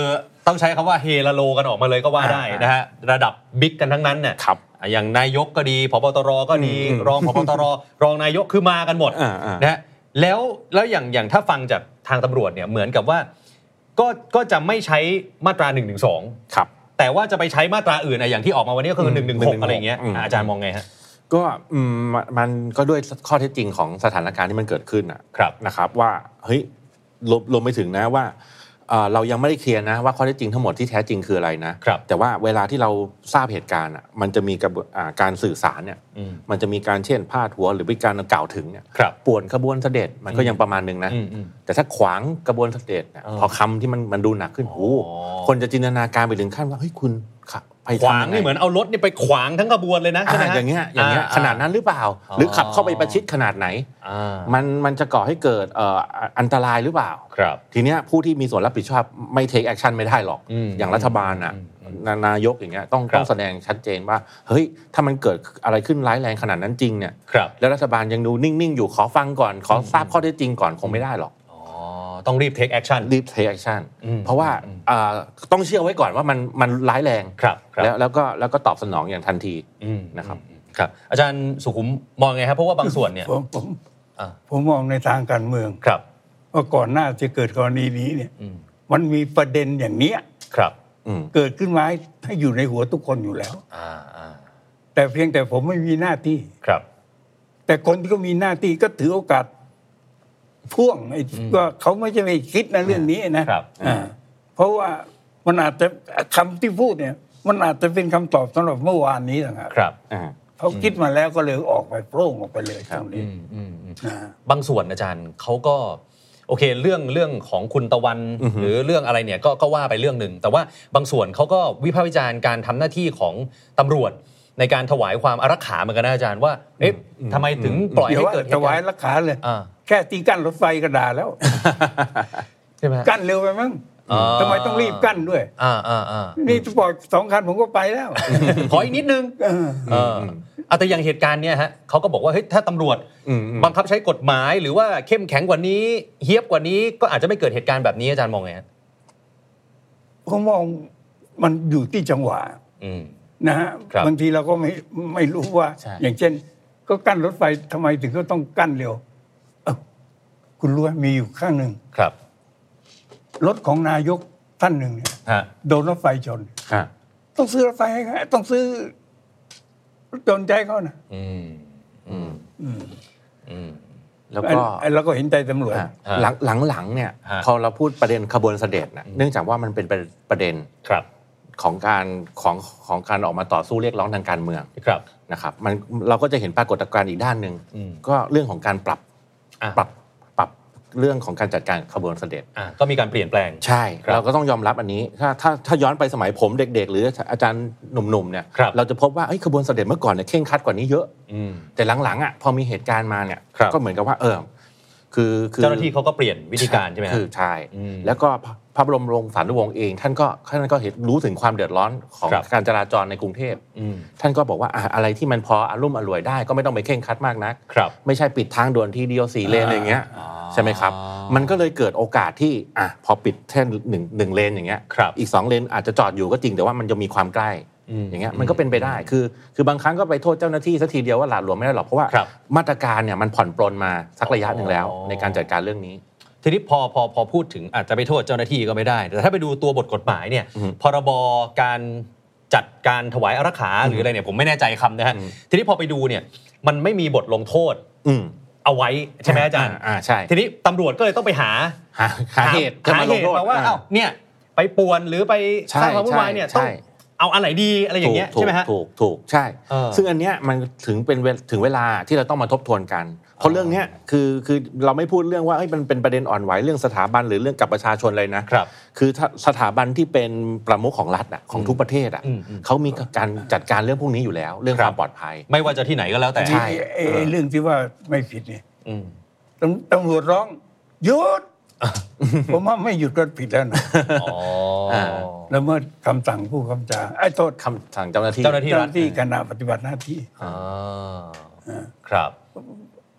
ต้องใช้คำว่าเฮลาโลกันออกมาเลยก็ว่าได้นะฮะระดับบิ๊กกันทั้งนั้นเนี่ยอย่างนายกก็ดีผบตรก็ดีรองผบตรรองนายกคือมากันหมดนะฮะแล้วแล้วอย่างอย่างถ้าฟังจากทางตำรวจเนี่ยเหมือนกับว่าก็ก็จะไม่ใช้มาตราหนึ่งหนึ่งสองครับแต่ว่าจะไปใช้มาตราอื่นอย่างที่ออกมาวันนี้ก็คือหนึ่งหนึ่งหกอะไรอย่างเงี้ยอาจารย์มองไงฮะก็มันก็ด้วยข้อเท็จจริงของสถานการณ์ที่มันเกิดขึ้นนะครับว่าเฮ้ยรวมไปถึงนะว่าเรายังไม่ได้เคลียร์นะว่าข้อเท็จจริงทั้งหมดที่แท้จริงคืออะไรนะแต่ว่าเวลาที่เราทราบเหตุการณ์อ่ะมันจะมีการสื่อสารเนี่ยมันจะมีการเช่นพาดหัวหรือเป็นการกล่าวถึงเนี่ยป่วนขบวนเสด็จมันก็ยังประมาณนึงนะแต่ถ้าขวางกระบวนเสด็จพอคำที่มันมันดูหนักขึ้นโอ้คนจะจินตนาการไปถึงขั้นว่าเฮ้ยคุณขวางนี่เหมือนเอารถนี่ไปขวางทั้งขบวนเลยนะใช่ไหมอย่างเงี้ยอย่างเงี้ยขนาดนั้นหรือเปล่าหรือขับเข้าไปประชิดขนาดไหนมันมันจะก่อให้เกิดอันตรายหรือเปล่าทีเนี้ยผู้ที่มีส่วนรับผิดชอบไม่ take action ไม่ได้หรอกอย่างรัฐบาลอ่ะนายกอย่างเงี้ยต้องต้องแสดงชัดเจนว่าเฮ้ยถ้ามันเกิดอะไรขึ้นร้ายแรงขนาดนั้นจริงเนี่ยแล้วรัฐบาลยังดูนิ่งๆอยู่ขอฟังก่อนขอทราบข้อเท็จจริงก่อนคงไม่ได้หรอกต้องรีบ take action รีบ take action เพราะว่าต้องเชื่อไว้ก่อนว่ามันมันร้ายแรงแล้วแล้วก็แล้วก็ตอบสนองอย่างทันทีนะครับครับอาจารย์สุขุมมองไงครับเพราะว่าบางส่วนเนี่ยผมผมผมมองในทางการเมืองครับว่าก่อนหน้าจะเกิดกรณีนี้เนี่ยมันมีประเด็นอย่างเนี้ยครับเกิดขึ้นมาให้อยู่ในหัวทุกคนอยู่แล้วแต่เพียงแต่ผมไม่มีหน้าที่ครับแต่คนที่ก็มีหน้าที่ก็ถือโอกาสพ่วงไอ้ว่าเขาไม่ใช่ไม่คิดนะเรื่องนี้นะครับเพราะว่ามันอาจจะคำที่พูดเนี่ยมันอาจจะเป็นคำตอบสำหรับเมื่อวานนี้นะครับครับเขาคิดมาแล้วก็เลยออกไปโปร่งออกไปเลยตรงนี้บางส่วนอาจารย์เขาก็โอเคเรื่องเรื่องของคุณตะวันหรือเรื่องอะไรเนี่ยก็ก็ว่าไปเรื่องหนึ่งแต่ว่าบางส่วนเขาก็วิพากษ์วิจารณ์การทำหน้าที่ของตำรวจในการถวายความอารักขาเหมือนกันนะอาจารย์ว่าเอ๊ะทำไมถึงปล่อยให้เกิดถวายอารักขาเลยแค่ตีกั้นรถไฟก็ด่าแล้วใช่ไหมกั้นเร็วไปมั้งทำไมต้องรีบกั้นด้วยนี่ปล่อยสองคันผมก็ไปแล้วขออีกนิดนึงแต่อย่างเหตุการณ์เนี้ยฮะเขาก็บอกว่าเฮ้ยถ้าตำรวจบังคับใช้กฎหมายหรือว่าเข้มแข็งกว่านี้เฮี้ยบกว่านี้ก็อาจจะไม่เกิดเหตุการณ์แบบนี้อาจารย์มองไงฮะผมมองมันอยู่ที่จังหวะนะฮะบางทีเราก็ไม่ไม่รู้ว่าอย่างเช่นก็กั้นรถไฟทำไมถึงก็ต้องกั้นเร็วคุณรู้มีอยู่ข้างหนึ่งครับรถของนายกท่านหนึ่งเนี่ยโดนรถไฟชนต้องซื้อรถไฟให้ต้องซื้อรถยนต์ใจเขานะอืมอืมอืมอืมแล้วก็แล้วก็เห็นใจตำรวจหลังหลังหลังเนี่ยพอเราพูดประเด็นขบวนเสด็จนะเนื่องจากว่ามันเป็นประเด็นครับของการของของการออกมาต่อสู้เรียกร้องทางการเมืองนะครับมันเราก็จะเห็นปรากฏการณ์อีกด้านนึงก็เรื่องของการปรับปรับปรับเรื่องของการจัดการขบวนเสด็จก็มีการเปลี่ยนแปลงใช่เราก็ต้องยอมรับอันนี้ถ้าถ้าถ้าย้อนไปสมัยผมเด็กๆหรืออาจารย์หนุ่มๆเนี่ยเราจะพบว่าเอ้ยขบวนเสด็จเมื่อก่อนเนี่ยเคร่งครัดกว่านี้เยอะแต่หลังๆอ่ะพอมีเหตุการณ์มาเนี่ยก็เหมือนกับว่าเออคือเจ้าหน้าที่เขาก็เปลี่ยนวิธีการใช่ไหมคือใช่แล้วก็พระบรมโรงสารีวงศ์เองท่านก็ท่านก็เห็นรู้ถึงความเดือดร้อนของการจราจรในกรุงเทพท่านก็บอกว่าอะไรที่มันพออารมณ์อร่วยได้ก็ไม่ต้องไปเคร่งครัดมากนักไม่ใช่ปิดทางด่วนทีเดียวสี่เลนอย่างเงี้ยใช่ไหมครับมันก็เลยเกิดโอกาสที่อ่ะพอปิดแค่หนึ่งหนึ่งเลนอย่างเงี้ยอีกสองเลนอาจจะจอดอยู่ก็จริงแต่ว่ามันจะมีความใกล้อย่างเงี้ยมันก็เป็นไปได้คือคือบางครั้งก็ไปโทษเจ้าหน้าที่สักทีเดียวว่าหลาดหลวมไม่ได้หรอกเพราะว่ามาตรการเนี่ยมันผ่อนปลนมาสักระยะหนึ่งแล้วในการจัดการเรื่องนี้ทีนี้พอพอพอพูดถึงอาจจะไปโทษเจ้าหน้าที่ก็ไม่ได้แต่ถ้าไปดูตัวบทกฎหมายเนี่ยพรบการจัดการถวายอารักขาหรืออะไรเนี่ยผมไม่แน่ใจคำนะฮะทีนี้พอไปดูเนี่ยมันไม่มีบทลงโทษเอาไว้ใช่ไหมอาจารย์อ่าใช่ทีนี้ตำรวจก็เลยต้องไปหาหาเหตุหาเหตุมาว่าเอ้าเนี่ยไปป่วนหรือไปสร้างความวุ่นวายเนี่ยต้องเอาอันไหนดีอะไรอย่างเงี้ยใช่ไหมฮะถูกถูกใช่ซึ่งอันเนี้ยมันถึงเป็นถึงเวลาที่เราต้องมาทบทวนกันเพราะเรื่องเนี้ยคือคือเราไม่พูดเรื่องว่าเอ้ยมันเป็นประเด็นอ่อนไหวเรื่องสถาบันหรือเรื่องกับประชาชนเลยนะครับคือสถาบันที่เป็นประมุขของรัฐอ่ะของทุกประเทศอ่ะเขามีการจัดการเรื่องพวกนี้อยู่แล้วเรื่องความปลอดภัยไม่ว่าจะที่ไหนก็แล้วแต่ใช่เรื่องที่ว่าไม่ผิดเนี่ยตำรวจร้องหยุดผมว่าไม่หยุดก็ผิดแล้วนะแล้วเมื่อคำสั่งผู้คำจ่าไอ้โทษคำสั่งเจ้าหน้าที่เจ้าหน้าที่เจ้าหน้าที่ขณะปฏิบัติหน้าที่ครับผ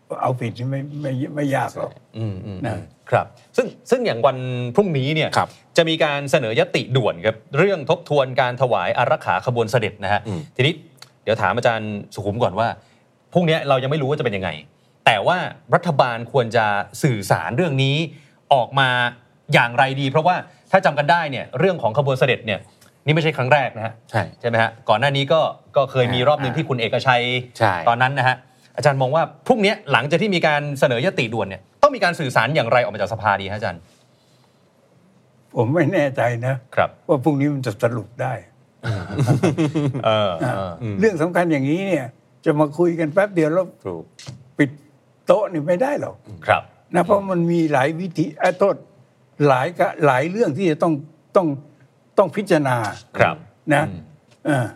เอาผิดนี่ไม่ไม่ไม่ยากหรอกนะครับซึ่งซึ่งอย่างวันพรุ่งนี้เนี่ยจะมีการเสนอยติด่วนครับเรื่องทบทวนการถวายอารักขาขบวนเสด็จนะฮะทีนี้เดี๋ยวถามอาจารย์สุขุมก่อนว่าพรุ่งนี้เรายังไม่รู้ว่าจะเป็นยังไงแต่ว่ารัฐบาลควรจะสื่อสารเรื่องนี้ออกมาอย่างไรดีเพราะว่าถ้าจำกันได้เนี่ยเรื่องของขบวนเสด็จเนี่ยนี่ไม่ใช่ครั้งแรกนะฮะใช่ใช่ไหมฮะก่อนหน้านี้ก็ก็เคยมีรอบหนึ่งที่คุณเอกชัยตอนนั้นนะฮะอาจารย์มองว่าพรุ่งนี้หลังจากที่มีการเสนอยติด่วนเนี่ยต้องมีการสื่อสารอย่างไรออกมาจากสภาดีฮะอาจารย์ผมไม่แน่ใจนะครับว่าพรุ่งนี้มันจะสรุปได้เออเรื่องสำคัญอย่างนี้เนี่ยจะมาคุยกันแป๊บเดียวแล้วปิดโต๊ะนี่ไม่ได้หรอกครับนะเพราะมันมีหลายวิธีไอ้โทษหลายหลายเรื่องที่จะต้องต้องต้องพิจารณาครับนะเออ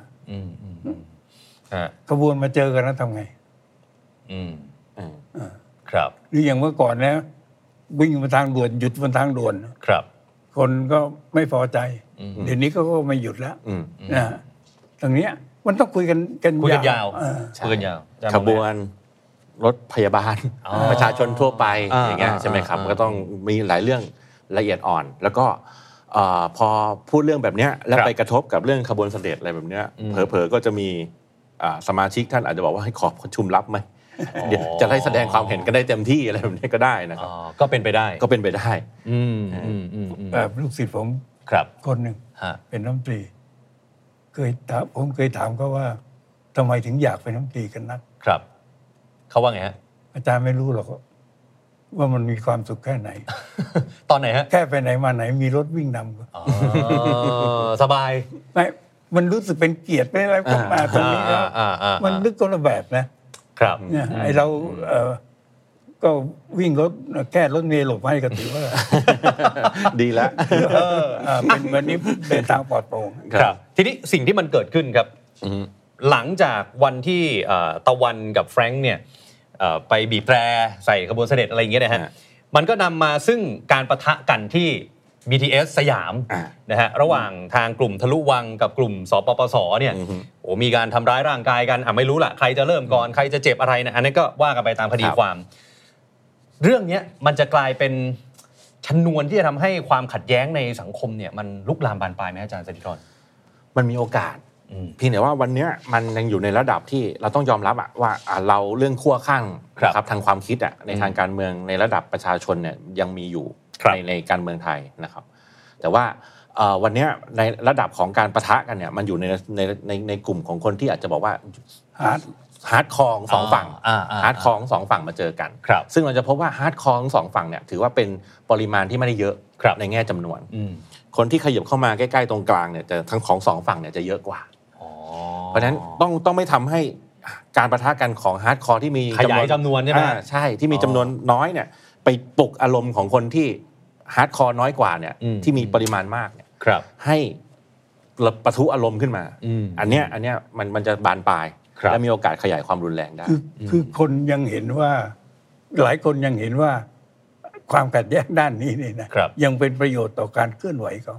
ขบวนมาเจอกันแล้วทำไงอืมครับหรืออย่างเมื่อก่อนนะวิ่งบนทางด่วนหยุดบนทางด่วนครับคนก็ไม่พอใจเดี๋ยวนี้ก็ไม่หยุดแล้วนะตรงเนี้ยมันต้องคุยกันกันยาวคุยกันยาวขบวนรถพยาบาลประชาชนทั่วไปอย่างเงี้ยใช่ไหมครับก็ต้องมีหลายเรื่องละเอียดอ่อนแล้วก็พอพูดเรื่องแบบนี้แล้วไปกระทบกับเรื่องขบวนเสด็จอะไรแบบนี้เผลอๆก็จะมีสมาชิกท่านอาจจะบอกว่าให้ขอประชุมลับไหมเดี๋ยวจะได้แสดงความเห็นกันได้เต็มที่อะไรแบบนี้ก็ได้นะครับก็เป็นไปได้ก็เป็นไปได้แบบลูกศิษย์ผมคนหนึ่งเป็นรัฐมนตรีเคยถามผมเคยถามเขาว่าทำไมถึงอยากเป็นรัฐมนตรีกันนักครับเขาว่าไงฮะอาจารย์ไม่รู้หรอกว่ามันมีความสุขแค่ไหนตอนไหนฮะแค่ไปไหนมาไหนมีรถวิ่งนำสบายไม่มันรู้สึกเป็นเกียรติเป็นอะไรก็มาตรงนี้มันนึกคนละแบบนะครับเนี่ยไอเราก็วิ่งรถแค่รถเมล์หลบให้ก็ถือว่าดีแล้วเป็นวันนี้เป็นทางปลอดโปร่งครับทีนี้สิ่งที่มันเกิดขึ้นครับหลังจากวันที่ตะวันกับแฟรงค์เนี่ยไปบีบแตรใส่ขบวนเสด็จอะไรอย่างเงี้ยนะฮะมันก็นำมาซึ่งการปะทะกันที่ บี ที เอส สยามนะฮะระหว่างทางกลุ่มทะลุวังกับกลุ่มสปปสเนี่ยโอ้มีการทำร้ายร่างกายกันอ่ะไม่รู้ละใครจะเริ่มก่อนใครจะเจ็บอะไรนะอันนี้ก็ว่ากันไปตามคดีความเรื่องนี้มันจะกลายเป็นชนวนที่จะทำให้ความขัดแย้งในสังคมเนี่ยมันลุกลามบานปลายไหมอาจารย์สถิธรมันมีโอกาสเพียงแต่ว่าวันนี้มันยังอยู่ในระดับที่เราต้องยอมรับอะว่าเราเรื่องขั้วข้างครับทางความคิดอะในทางการเมืองในระดับประชาชนเนี่ยยังมีอยู่ในในการเมืองไทยนะครับแต่ว่าวันนี้ในระดับของการปะทะกันเนี่ยมันอยู่ในในในในกลุ่มของคนที่อาจจะบอกว่าฮาร์ดฮาร์ดคอร์ของสองฝั่งฮาร์ดคอร์ของสองฝั่งมาเจอกันซึ่งเราจะพบว่าฮาร์ดคอร์ของสองฝั่งเนี่ยถือว่าเป็นปริมาณที่ไม่ได้เยอะในแง่จำนวนคนที่ขยับเข้ามาใกล้ๆตรงกลางเนี่ยจะทั้งของสองฝั่งเนี่ยจะเยอะกว่าเพราะฉะนั้นต้องต้องไม่ทำให้การปะทะกันของฮาร์ดคอร์ที่มีขยายจำนวนใช่ไหมใช่ที่มีจำนวนน้อยเนี่ยไปปลุกอารมณ์ของคนที่ฮาร์ดคอร์น้อยกว่าเนี่ยที่มีปริมาณมากเนี่ยให้ปะทุอารมณ์ขึ้นมาอันเนี้ยอันเนี้ยมันมันจะบานปลายและมีโอกาสขยายความรุนแรงได้คือคือคนยังเห็นว่าหลายคนยังเห็นว่าความขัดแย้งด้านนี้นี่นะยังเป็นประโยชน์ต่อการเคลื่อนไหวเขา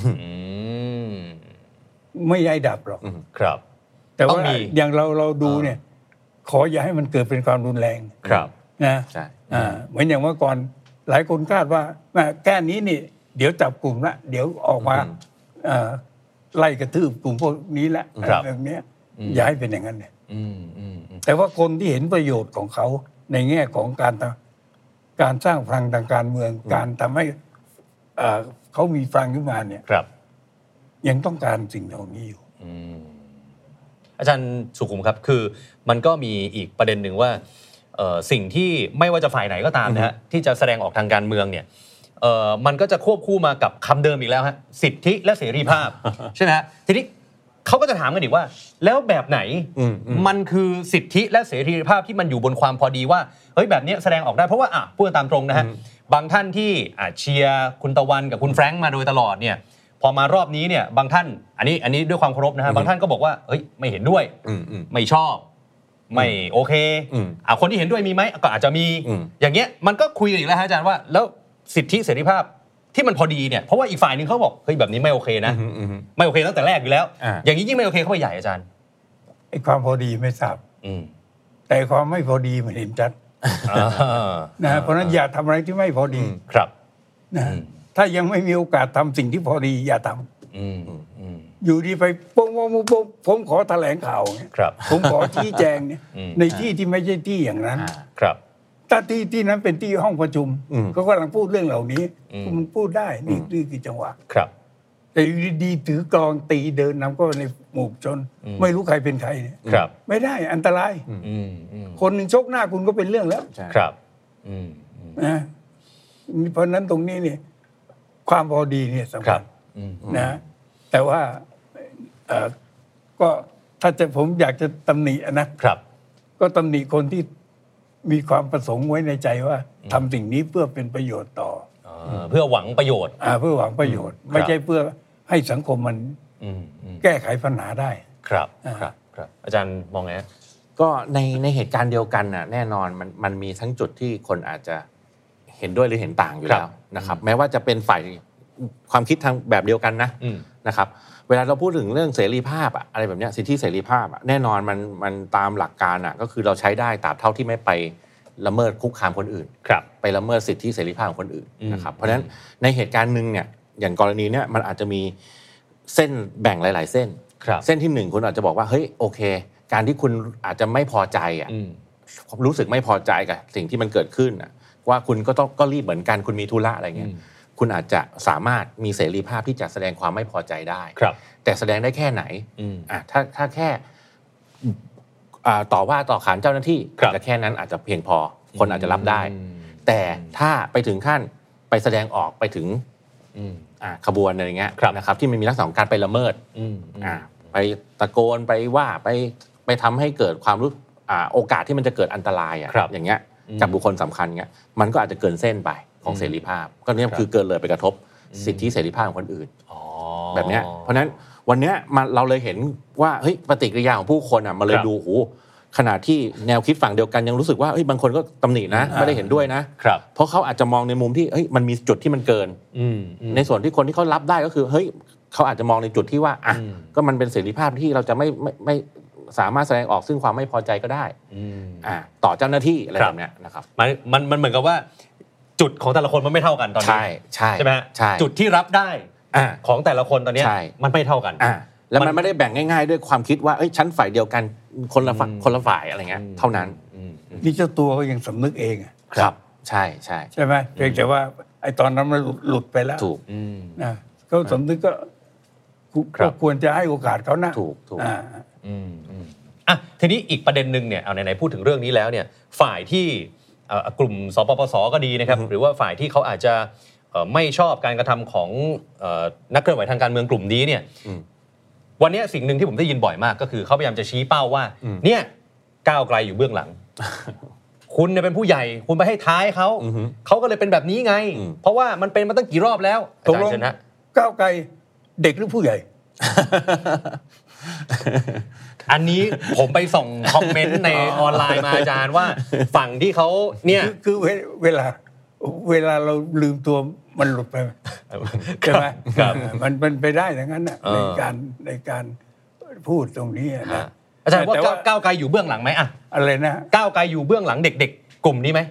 ไม่ได้ดับหรอกครับแต่ว่าอย่างเราเราดูเนี่ยขออย่าให้มันเกิดเป็นความรุนแรงครับนะใช่เหมือนอย่างเมื่อก่อนหลายคนคาดว่าแก้นี้นี่เดี๋ยวจับกลุ่มละเดี๋ยวออกมาไล่กระทืบกลุ่มพวกนี้ละแบบนี้อย่าให้เป็นอย่างนั้นเนี่ยแต่ว่าคนที่เห็นประโยชน์ของเขาในแง่ของการการสร้างพลังทางการเมืองการทำให้เขามีพลังขึ้นมาเนี่ยยังต้องการสิ่งเหล่านี้อยู่อาจารย์สุขุมครับคือมันก็มีอีกประเด็นหนึ่งว่าสิ่งที่ไม่ว่าจะฝ่ายไหนก็ตามนะฮะที่จะแสดงออกทางการเมืองเนี่ยมันก็จะควบคู่มากับคำเดิมอีกแล้วฮะสิทธิและเสรีภาพใช่ไหมฮะทีนี้เขาก็จะถามกันอีกว่าแล้วแบบไหนมันคือสิทธิและเสรีภาพที่มันอยู่บนความพอดีว่าเฮ้ยแบบนี้แสดงออกได้เพราะว่าอ่ะพูดตามตรงนะฮะบางท่านที่อ่ะเชียร์คุณตะวันกับคุณแฟรงค์มาโดยตลอดเนี่ยพอมารอบนี้เนี่ยบางท่านอันนี้อันนี้ด้วยความเคารพนะฮะบางท่านก็บอกว่าเฮ้ยไม่เห็นด้วยไม่ชอบไม่โอเคอ่ะคนที่เห็นด้วยมีไหมก็อาจจะมีอย่างเงี้ยมันก็คุยกันอีกแล้วฮะอาจารย์ว่าแล้วสิทธิเสรีภาพที่มันพอดีเนี่ยเพราะว่าอีกฝ่ายนึงเขาบอกเฮ้ยแบบนี้ไม่โอเคนะไม่โอเคตั้งแต่แรกอยู่แล้วอย่างนี้ยิ่งไม่โอเคเข้าไปใหญ่อาจารย์ไอ้ความพอดีไม่ทราบแต่ความไม่พอดีมันเห็นชัดนะเพราะนั้นอย่าทำอะไรที่ไม่พอดีครับนะถ้ายังไม่มีโอกาสทำสิ่งที่พอดีอย่าทำอยู่ดีไปโป้งๆๆผมขอแถลงข่าวเนี่ยผมขอชี้แจงเนี่ยในที่ที่ไม่ใช่ที่อย่างนั้นครับถ้าที่ที่นั้นเป็นที่ห้องประชุมก็กำลังพูดเรื่องเหล่านี้มันพูดได้นี่นี่คือจังหวะครับแต่อยู่ดีๆถือกลองตีเดินนำก็ในหมู่ชนไม่รู้ใครเป็นใครเนี่ยไม่ได้อันตรายคนหนึ่งชกหน้าคุณก็เป็นเรื่องแล้วครับนะเพราะนั้นตรงนี้เนี่ยความพอดีเนี่ยสำคัญนะแต่ว่าก็ถ้าจะผมอยากจะตำหนินะครับก็ตำหนิคนที่มีความประสงค์ไว้ในใจว่าทำสิ่งนี้เพื่อเป็นประโยชน์ต่อเพื่อหวังประโยชน์เพื่อหวังประโยชน์ไม่ใช่เพื่อให้สังคมมันแก้ไขปัญหาได้ครับครับครับอาจารย์มองไงก็ในในเหตุการณ์เดียวกันน่ะแน่นอนมันมันมีทั้งจุดที่คนอาจจะเห็นด้วยหรือเห็นต่างอยู่แล้วนะครับแม้ว่าจะเป็นฝ่ายความคิดทางแบบเดียวกันนะนะครับเวลาเราพูดถึงเรื่องเสรีภาพอะอะไรแบบนี้สิทธิเสรีภาพอะแน่นอนมันมันตามหลักการอะก็คือเราใช้ได้ตราบเท่าที่ไม่ไปละเมิดคุกคามคนอื่นไปละเมิดสิทธิเสรีภาพของคนอื่นนะครับเพราะฉะนั้นในเหตุการณ์นึงเนี่ยอย่างกรณีเนี้ยมันอาจจะมีเส้นแบ่งหลายๆเส้นเส้นที่หนึ่งคุณอาจจะบอกว่าเฮ้ยโอเคการที่คุณอาจจะไม่พอใจอะรู้สึกไม่พอใจกับสิ่งที่มันเกิดขึ้นอะว่าคุณก็ต้องก็รีบเหมือนกันคุณมีธุระอะไรเงี้ยคุณอาจจะสามารถมีเสรีภาพที่จะแสดงความไม่พอใจได้แต่แสดงได้แค่ไหนอ่ะถ้าถ้าแค่ต่อว่าต่อขานเจ้าหน้าที่แต่แค่นั้นอาจจะเพียงพอคนอาจจะรับได้แต่ถ้าไปถึงขั้นไปแสดงออกไปถึงขบวนอะไรเงี้ยนะครับที่มันมีลักษณะของการไปละเมิดไปตะโกนไปว่าไปไปทำให้เกิดความรู้โอกาสที่มันจะเกิดอันตรายอย่างเงี้ยกับบุคคลสำคัญเงี้ยมันก็อาจจะเกินเส้นไปของเสรีภาพก็เนี่ยคือเกินเลยไปกระทบสิทธิเสรีภาพของคนอื่นแบบนี้เพราะนั้นวันนี้เราเลยเห็นว่าเฮ้ยปฏิกิริยาของผู้คนอ่ะมาเลยดูโอ้ขณะที่แนวคิดฝั่งเดียวกันยังรู้สึกว่าเฮ้ยบางคนก็ตำหนินะไม่ได้เห็นด้วยนะเพราะเขาอาจจะมองในมุมที่เฮ้ยมันมีจุดที่มันเกินในส่วนที่คนที่เขารับได้ก็คือเฮ้ยเขาอาจจะมองในจุดที่ว่าอ่ะก็มันเป็นเสรีภาพที่เราจะไม่ไม่ไม่สามารถแสดงออกซึ่งความไม่พอใจก็ได้อ่าต่อเจ้าหน้าที่อะไรแบบนี้นะครับมันมันมันเหมือนกับว่าจุดของแต่ละคนมันไม่เท่ากันตอนนี้ใช่ใช่ใช่ไหมจุดที่รับได้ของแต่ละคนตอนนี้มันไม่เท่ากันแล้วมันไม่ได้แบ่งง่ายๆด้วยความคิดว่าเอ้ยชั้นฝ่ายเดียวกันคนละคนละฝ่ายอะไรเงี้ยเท่านั้นนี่เจ้าตัวก็ยังสำนึกเองครับใช่ใช่ใช่ไหมเพียงแต่ว่าไอ้ตอนนั้นมันหลุดไปแล้วถูกนะเขาสำนึกก็ก็ควรจะให้โอกาสเขานะถูกถูกอ่ะทีนี้อีกประเด็นนึงเนี่ยเอาไหนๆพูดถึงเรื่องนี้แล้วเนี่ยฝ่ายที่กลุ่มสปปสก็ดีนะครับหรือว่าฝ่ายที่เขาอาจจะไม่ชอบการกระทำของนักเคลื่อนไหวทางการเมืองกลุ่มนี้เนี่ยวันนี้สิ่งหนึ่งที่ผมได้ยินบ่อยมากก็คือเขาพยายามจะชี้เป้าว่าเนี่ยก้าวไกลอยู่เบื้องหลังคุณเนี่ยเป็นผู้ใหญ่คุณไปให้ท้ายเขาเขาก็เลยเป็นแบบนี้ไงเพราะว่ามันเป็นมาตั้งกี่รอบแล้วอาจารย์ชนะก้าวไกลเด็กหรือผู้ใหญ่อันนี้ผมไปส่องคอมเมนต์ในออนไลน์มาอาจารย์ว่าฝั่งที่เขาเนี่ยคือเวลาเวลาเราลืมตัวมันหลุดไปใช่ไหมมันเป็นไปได้อย่างนั้นในการในการพูดตรงนี้นะอาจารย์ว่าก้าวไกลอยู่เบื้องหลังไหมอะอะไรนะก้าวไกลอยู่เบื้องหลังเด็กๆกลุ่มนี้ไหม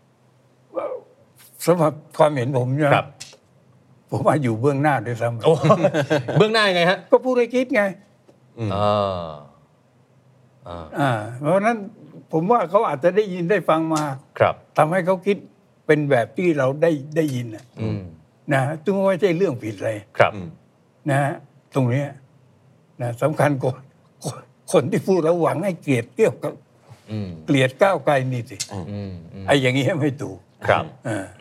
สำหรับความเห็นผมนะครับผมว่าอยู่เบื้องหน้าด้วยซ้ำเบื้องหน้ายังไงฮะก็พูดให้คิดไงอ่าอ่าเพราะนั้นผมว่าเขาอาจจะได้ยินได้ฟังมาครับทำให้เขาคิดเป็นแบบที่เราได้ได้ยินนะนะจึงไม่ใช่เรื่องผิดเลยครับนะตรงนี้นะสำคัญกว่าคนที่พูดแล้วหวังให้เกลียดเกลียดเกลียดก้าวไกลนี่สิไอ้อย่างนี้ไม่ถูกครับอ่า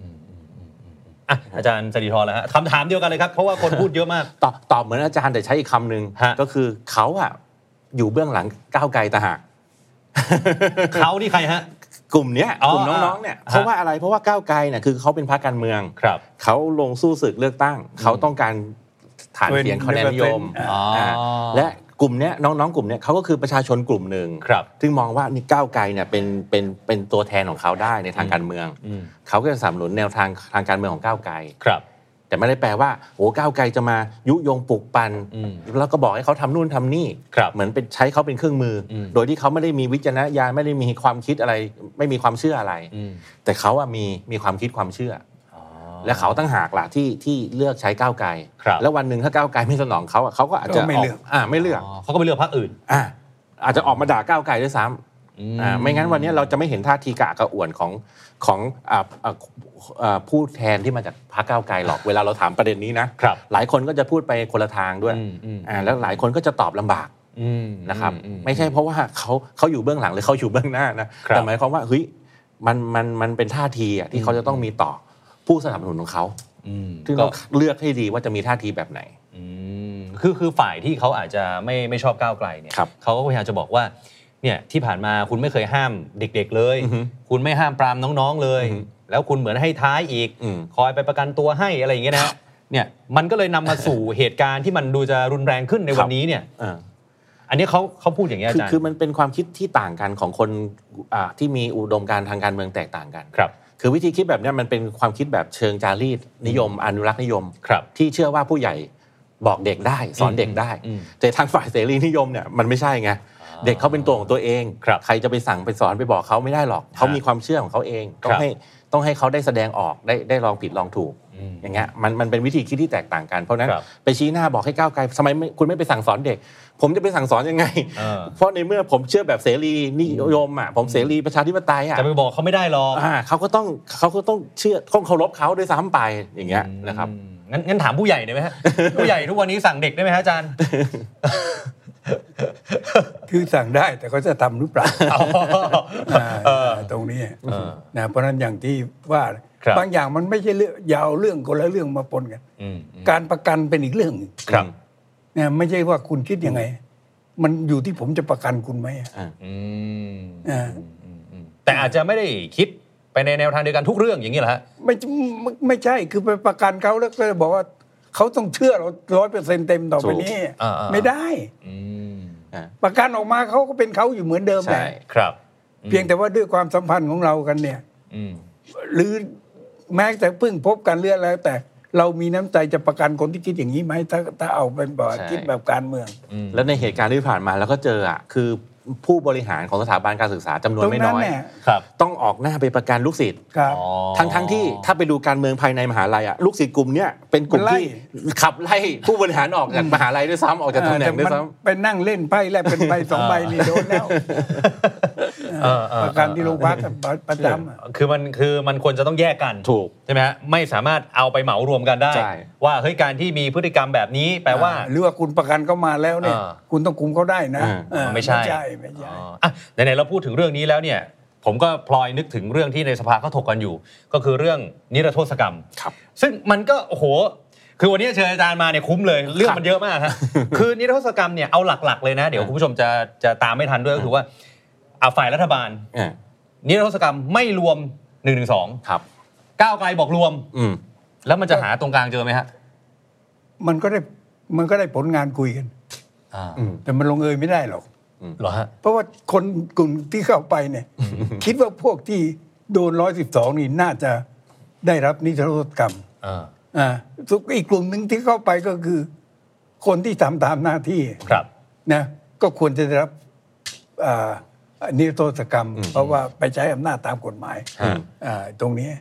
อาจารย์สรีธรแล้วฮะคำถามเดียวกันเลยครับเพราะว่าคนพูดเยอะมากตอบตอบเหมือนอาจารย์แต่ใช้อีกคำหนึ่งก็คือเขาอะอยู่เบื้องหลังก้าวไกลต่างหากเขานี่ใครฮะกลุ่มเนี้ยกลุ่มน้องๆเนี่ยเพราะว่าอะไรเพราะว่าก้าวไกลเนี่ยคือเขาเป็นพรรคการเมืองเขาลงสู้ศึกเลือกตั้งเขาต้องการฐานเสียงคะแนนนิยมและกลุ่มเนี้ยน้องๆกลุ่มเนี้ยเขาก็คือประชาชนกลุ่มหนึ่งซึ่งมองว่านี่ก้าวไกลเนี่ยเป็นเป็นเป็นตัวแทนของเขาได้ในทางการเมืองเขาก็จะสนับสนุนแนวทางทางการเมืองของก้าวไกลแต่ไม่ได้แปลว่าโอ้ก้าวไกลจะมายุยงปลุกปั่นแล้วก็บอกให้เขาทำนู่นทำนี่เหมือนเป็นใช้เขาเป็นเครื่องมือโดยที่เขาไม่ได้มีวิจารณญาณไม่ได้มีความคิดอะไรไม่มีความเชื่ออะไรแต่เขาอะมีมีความคิดความเชื่อและเขาตั้งหากล่ะที่ที่เลือกใช้ก้าวไกลแล้ววันหนึ่งถ้าก้าวไกลไม่สนองเขาเขาก็อาจจะไม่เลือกอ่าไม่เลือกเขาก็ไปเลือกพรรคอื่นอ่าอาจจะออกมาด่าก้าวไกลด้วยซ้ำอ่าไม่งั้นวันนี้เราจะไม่เห็นท่าทีกะกระอ่วนของของอ่าอ่าผู้แทนที่มาจากพรรคก้าวไกลหรอกเวลาเราถามประเด็นนี้นะหลายคนก็จะพูดไปคนละทางด้วยอ่าแล้วหลายคนก็จะตอบลำบากนะครับไม่ใช่เพราะว่าเขาเขาอยู่เบื้องหลังหรือเขาอยู่เบื้องหน้านะแต่หมายความว่าเฮ้ยมันมันมันเป็นท่าทีอ่ะที่เขาจะต้องมีต่อผู้สนับสนุนของเขาซึ่งเราเลือกให้ดีว่าจะมีท่าทีแบบไหนคือคือฝ่ายที่เขาอาจจะไม่ไม่ชอบก้าวไกลเนี่ยเขาก็พยายามจะบอกว่าเนี่ยที่ผ่านมาคุณไม่เคยห้ามเด็กๆเลยคุณไม่ห้ามปรามน้องๆเลยแล้วคุณเหมือนให้ท้ายอีกคอยไปประกันตัวให้อะไรอย่างเงี้ยนะเนี่ยมันก็เลยนำมาสู่เหตุการณ์ที่มันดูจะรุนแรงขึ้นในวันนี้เนี่ยอันนี้เขาเขาพูดอย่างนี้อาจารย์คือมันเป็นความคิดที่ต่างกันของคนที่มีอุดมการณ์ทางการเมืองแตกต่างกันครับคือวิธีคิดแบบนี้มันเป็นความคิดแบบเชิงจารีตนิยมอนุรักษ์นิยมที่เชื่อว่าผู้ใหญ่บอกเด็กได้สอนเด็กได้แต่ทางฝ่ายเสรีนิยมเนี่ยมันไม่ใช่ไงเด็กเขาเป็นตัวของตัวเองใครจะไปสั่งไปสอนไปบอกเขาไม่ได้หรอกเขามีความเชื่อของเขาเองต้องให้ต้องให้เขาได้แสดงออกได้ได้ลองผิดลองถูกอย่างเงี้ยมันมันเป็นวิธีคิดที่แตกต่างกันเพราะนั้นไปชี้หน้าบอกให้ก้าวไกลทำไมคุณไม่ไปสั่งสอนเด็กผมจะไปสั่งสอนยังไงเพราะในเมื่อผมเชื่อแบบเสรีนิยมอ่ะผมเสรีประชาธิปไตยอ่ะจะไปบอกเขาไม่ได้หรอกอ่าเขาก็ต้องเขาก็ต้องเชื่อต้องเคารพเขาด้วยซ้ำไปอย่างเงี้ยนะครับงั้นงั้นถามผู้ใหญ่ได้ไหมฮะผู้ใหญ่ทุกวันนี้สั่งเด็กได้ไหมฮะอาจารย์คือสั่งได้แต่เขาจะทำหรือเปล่าตรงนี้นะเพราะนั้นอย่างที่ว่าบางอย่างมันไม่ใช่เรื่องยาวเรื่องคนละเรื่องมาปนกันการประกันเป็นอีกเรื่องเนี่ยไม่ใช่ว่าคุณคิดยังไงมันอยู่ที่ผมจะประกันคุณไหมแต่อาจจะไม่ได้คิดไปในแนวทางเดียวกันทุกเรื่องอย่างนี้เหรอฮะไม่ไม่ใช่คือไปประกันเขาแล้วก็บอกว่าเขาต้องเชื่อเราร้อยเปอร์เซ็นต์เต็มต่อไปนี้ไม่ได้ประกันออกมาเขาก็เป็นเขาอยู่เหมือนเดิมแหละครับเพียงแต่ว่าด้วยความสัมพันธ์ของเรากันเนี่ยหรือแม้แต่เพิ่งพบกันเรื่องแล้วแต่เรามีน้ำใจจะประกันคนที่คิดอย่างนี้ไหมถ้าถ้าเอาเป็นแบบคิดแบบการเมืองแล้วในเหตุการณ์ที่ผ่านมาแล้วก็เจออ่ะคือผู้บริหารของสถาบันการศึกษาจำนวนไม่น้อยต้องออกหน้าไปประกันลูกศิษย์ทั้งทั้งที่ถ้าไปดูการเมืองภายในมหาลัยอ่ะลูกศิษย์กลุ่มเนี้ยเป็นกลุ่มที่ขับไล่ผู้บริหารออกจากมหาลัยด้วยซ้ำออกจากตำแหน่งด้วยซ้ำไปนั่งเล่นไพ่แลกเป็นใบสองใบนี่โดนแล้วประกันที่โรงพักประจำคือมันคือมันควรจะต้องแยกกันถูกใช่ไหมฮะไม่สามารถเอาไปเหมารวมกันได้ว่าเฮ้ยการที่มีพฤติกรรมแบบนี้แปลว่าหรือว่าคุณประกันเขามาแล้วเนี่ยคุณต้องคุมเขาได้นะไม่ใช่ไม่ใช่อ่ะไหนๆเราพูดถึงเรื่องนี้แล้วเนี่ยผมก็พลอยนึกถึงเรื่องที่ในสภาเขาถกกันอยู่ก็คือเรื่องนิรโทษกรรมซึ่งมันก็โอ้โหคือวันนี้เชิญอาจารย์มาเนี่ยคุ้มเลยเรื่องมันเยอะมากฮะคือนิรโทษกรรมเนี่ยเอาหลักๆเลยนะเดี๋ยวคุณผู้ชมจะจะตามไม่ทันด้วยก็คือว่าอ่ะฝ่ายรัฐบาลนิรโทษกรรมไม่รวมหนึ่งหนึ่งสองครับก้าวไกลบอกรวมแล้วมันจะหาตรงกลางเจอไหมฮะมันก็ได้มันก็ได้ผลงานคุยกันแต่มันลงเอยไม่ได้หรอกเหรอฮะเพราะว่าคนกลุ่มที่เข้าไปเนี่ยคิดว่าพวกที่โดนร้อยสิบสองนี่น่าจะได้รับนิรโทษกรรมอ่าอ่าอีกกลุ่มหนึ่งที่เข้าไปก็คือคนที่ทำตามหน้าที่ครับนะก็ควรจะได้รับอ่านิรโทษกรรมเพราะว่าไปใช้อำนาจตามกฎหมายอ่าตรงนี้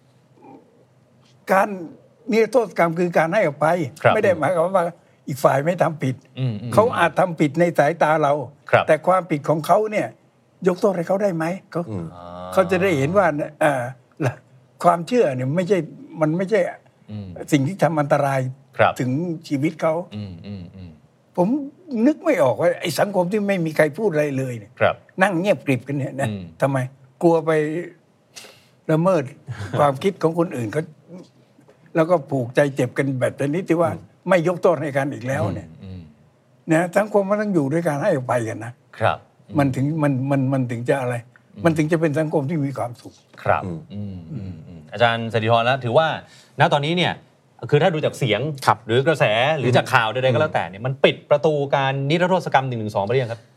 การนิรโทษกรรมคือการให้อภัยไม่ได้หมายความว่าอีกฝ่ายไม่ทำผิดเขาอาจทำผิดในสายตาเราแต่ความผิดของเขาเนี่ยยกโทษให้เขาได้ไหมเขาเขาจะได้เห็นว่าความเชื่อเนี่ยไม่ใช่มันไม่ใช่สิ่งที่ทำอันตรายถึงชีวิตเขาผมนึกไม่ออกว่าไอ้สังคมที่ไม่มีใครพูดอะไรเลยเนี่ยนั่งเงียบกริบกันเนี่ยนะทำไมกลัวไปละเมิดความคิดของคนอื่นเขาแล้วก็ผูกใจเจ็บกันแบบนี้ที่ว่าไม่ยกโทษให้กันอีกแล้วเนี่ยนะสังคมมันต้องอยู่ด้วยการให้อภัยกันนะครับมันถึงมันมันมันถึงจะอะไรมันถึงจะเป็นสังคมที่มีความสุขครับอาจารย์สถิธรแล้วถือว่าณตอนนี้เนี่ยคือถ้าดูจากเสียงหรือกระแสหรือจากข่าวใดๆก็แล้วแต่เนี่ยมันปิดประตูการนิรโทษกรรมหนึ่งหนึ่งสองไปหรือยังครับ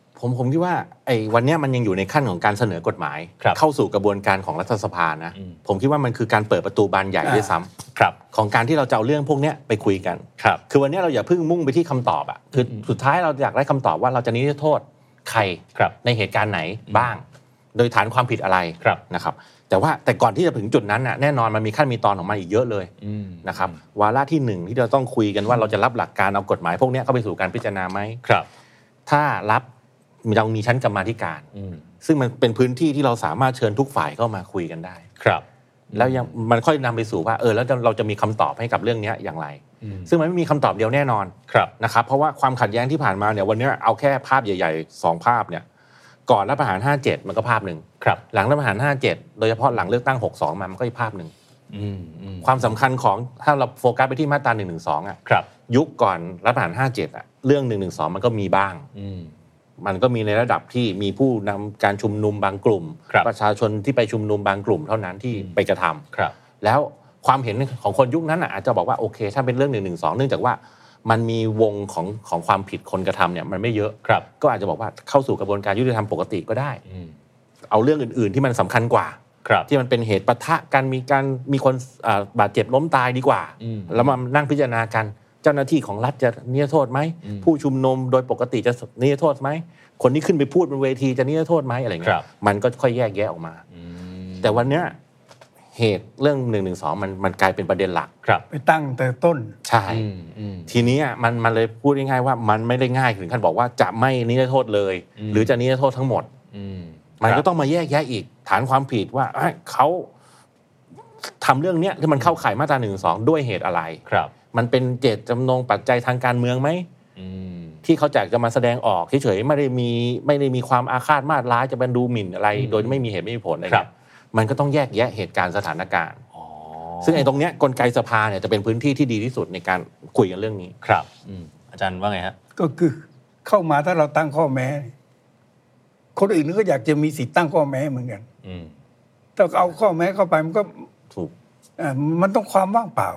ผมผมคิดว่าไอ้วันนี้มันยังอยู่ในขั้นของการเสนอกฎหมายเข้าสู่กระบวนการของรัฐสภานะผมคิดว่ามันคือการเปิดประตูบานใหญ่ด้วยซ้ำของการที่เราจะเอาเรื่องพวกนี้ไปคุยกันคือวันนี้เราอย่าเพิ่งมุ่งไปที่คำตอบอ่ะคือสุดท้ายเราอยากได้คำตอบว่าเราจะนิรโทษใครในเหตุการณ์ไหนบ้างโดยฐานความผิดอะไรนะครับแต่ว่าแต่ก่อนที่จะถึงจุดนั้นน่ะแน่นอนมันมีขั้นมีตอนของมันอีกเยอะเลยนะครับวาระที่หนึ่งที่เราต้องคุยกันว่าเราจะรับหลักการเอากฎหมายพวกนี้เข้าไปสู่การพิจารณาไหมถ้ารับเรามีชั้นกรรมาธิการซึ่งมันเป็นพื้นที่ที่เราสามารถเชิญทุกฝ่ายเข้ามาคุยกันได้ครับแล้วยังมันค่อยนำไปสู่ว่าเออแล้วเราจะมีคำตอบให้กับเรื่องนี้อย่างไรซึ่งมันไม่มีคำตอบเดียวแน่นอนนะครับเพราะว่าความขัดแย้งที่ผ่านมาเนี่ยวันนี้เอาแค่ภาพใหญ่ๆสองภาพเนี่ยก่อนรัฐประหารห้าเจ็ดมันก็ภาพนึงหลังรัฐประหารห้าเจ็ดโดยเฉพาะหลังเลือกตั้งหกสิบสองมามันก็อีกภาพนึงความสำคัญของถ้าเราโฟกัสไปที่มาตราหนึ่งหนึ่งสองอ่ะยุคก่อนรัฐประหารห้าเจ็ดอ่ะเรื่องหนึ่งหนึ่งสองมันก็มีบ้างมันก็มีในระดับที่มีผู้นำการชุมนุมบางกลุ่มประชาชนที่ไปชุมนุมบางกลุ่มเท่านั้นที่ไปกระทำแล้วความเห็นของคนยุคนั้นอาจจะบอกว่าโอเคถ้าเป็นเรื่องหนึ่งหนึ่งสองเนื่องจากว่ามันมีวงของของความผิดคนกระทำเนี่ยมันไม่เยอะก็อาจจะบอกว่าเข้าสู่กระบวนการยุติธรรมปกติก็ได้เอาเรื่องอื่นๆที่มันสำคัญกว่าที่มันเป็นเหตุปะทะกันมีการมีคนบาดเจ็บล้มตายดีกว่าแล้วมานั่งพิจารณากันเจ้าหน้าที่ของรัฐจะนิรโทษไหมผู้ชุมนุมโดยปกติจะนิรโทษไหมคนที่ขึ้นไปพูดบนเวทีจะนิรโทษไหมอะไรเงี้ยมันก็ค่อยแยกแยะออกมาแต่วันเนี้ยเหตุเรื่องหนึ่งหนึ่งสองมันมันกลายเป็นประเด็นหลักไปตั้งแต่ต้นใช่ทีนี้มันมันเลยพูดง่ายๆว่ามันไม่ได้ง่ายถึงขั้นบอกว่าจะไม่นิรโทษเลยหรือจะนิรโทษทั้งหมดมันก็ต้องมาแยกแยะอีกฐานความผิดว่าเขาทำเรื่องนี้ที่มันเข้าข่ายมาตราหนึ่งสองด้วยเหตุอะไรมันเป็นเจตจำนงปัจจัยทางการเมืองไหมที่เขาจากจะมาแสดงออกเฉยๆไม่ได้มีไม่ได้มีความอาฆาตมาตร้ายจะเป็นดูหมิ่นอะไรโดยไม่มีเหตุไม่มีผลอะไรครับมันก็ต้องแยกแยะเหตุการณ์สถานการณ์ซึ่งไอ้ตรงเนี้ยกลไกสภาเนี่ยจะเป็นพื้นที่ที่ดีที่สุดในการคุยกันเรื่องนี้ครับอาจารย์ว่าไงฮะก็คือเข้ามาถ้าเราตั้งข้อแม้คนอื่นก็อยากจะมีสิทธิ์ตั้งข้อแม้เหมือนกันแต่เอาข้อแม้เข้าไปมันก็ถูกมันต้องความว่างเปล่า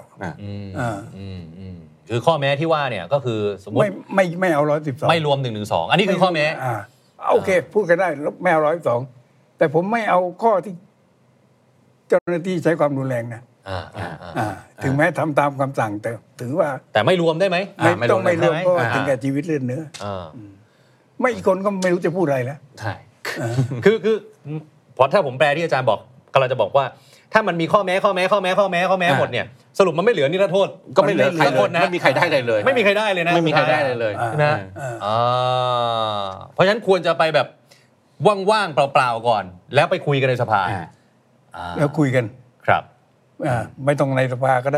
คือข้อแม้ที่ว่าเนี่ยก็คือสมมติไม่ไม่ไม่เอาร้อยสิบสองไม่รวมหนึ่งหนึ่งสองอันนี้คือข้อแม้โอเคพูดกันได้ไม่เอาร้อยสิบสองแต่ผมไม่เอาข้อที่เจ้าหน้าที่ใช้ความรุนแรงนะถึงแม้ทำตามคำสั่งแต่ถือว่าแต่ไม่รวมได้ไหมไม่ต้องไม่รวมเพราะถึงแก่ชีวิตเลือดเนื้อไม่อีกคนก็ไม่รู้จะพูดอะไรแล้วใช่คือคือพอถ้าผมแปลที่อาจารย์บอกกำลังจะบอกว่าถ้ามันมีข้อแม้ข้อแม้ข้อแม้ข้อแม้ข้อแม้หมดเนี่ยสรุปมันไม่เหลือนิรโทษก็ไม่เหลือใครเลยไม่มีใครได้เลยไม่มีใครได้เลยนะไม่มีใครได้เลยนะเพราะฉะนั้นควรจะไปแบบว่างๆเปล่าๆก่อนแล้วไปคุยกันในสภาแล้วคุยกันครับไม่ต้องในสภาก็ได้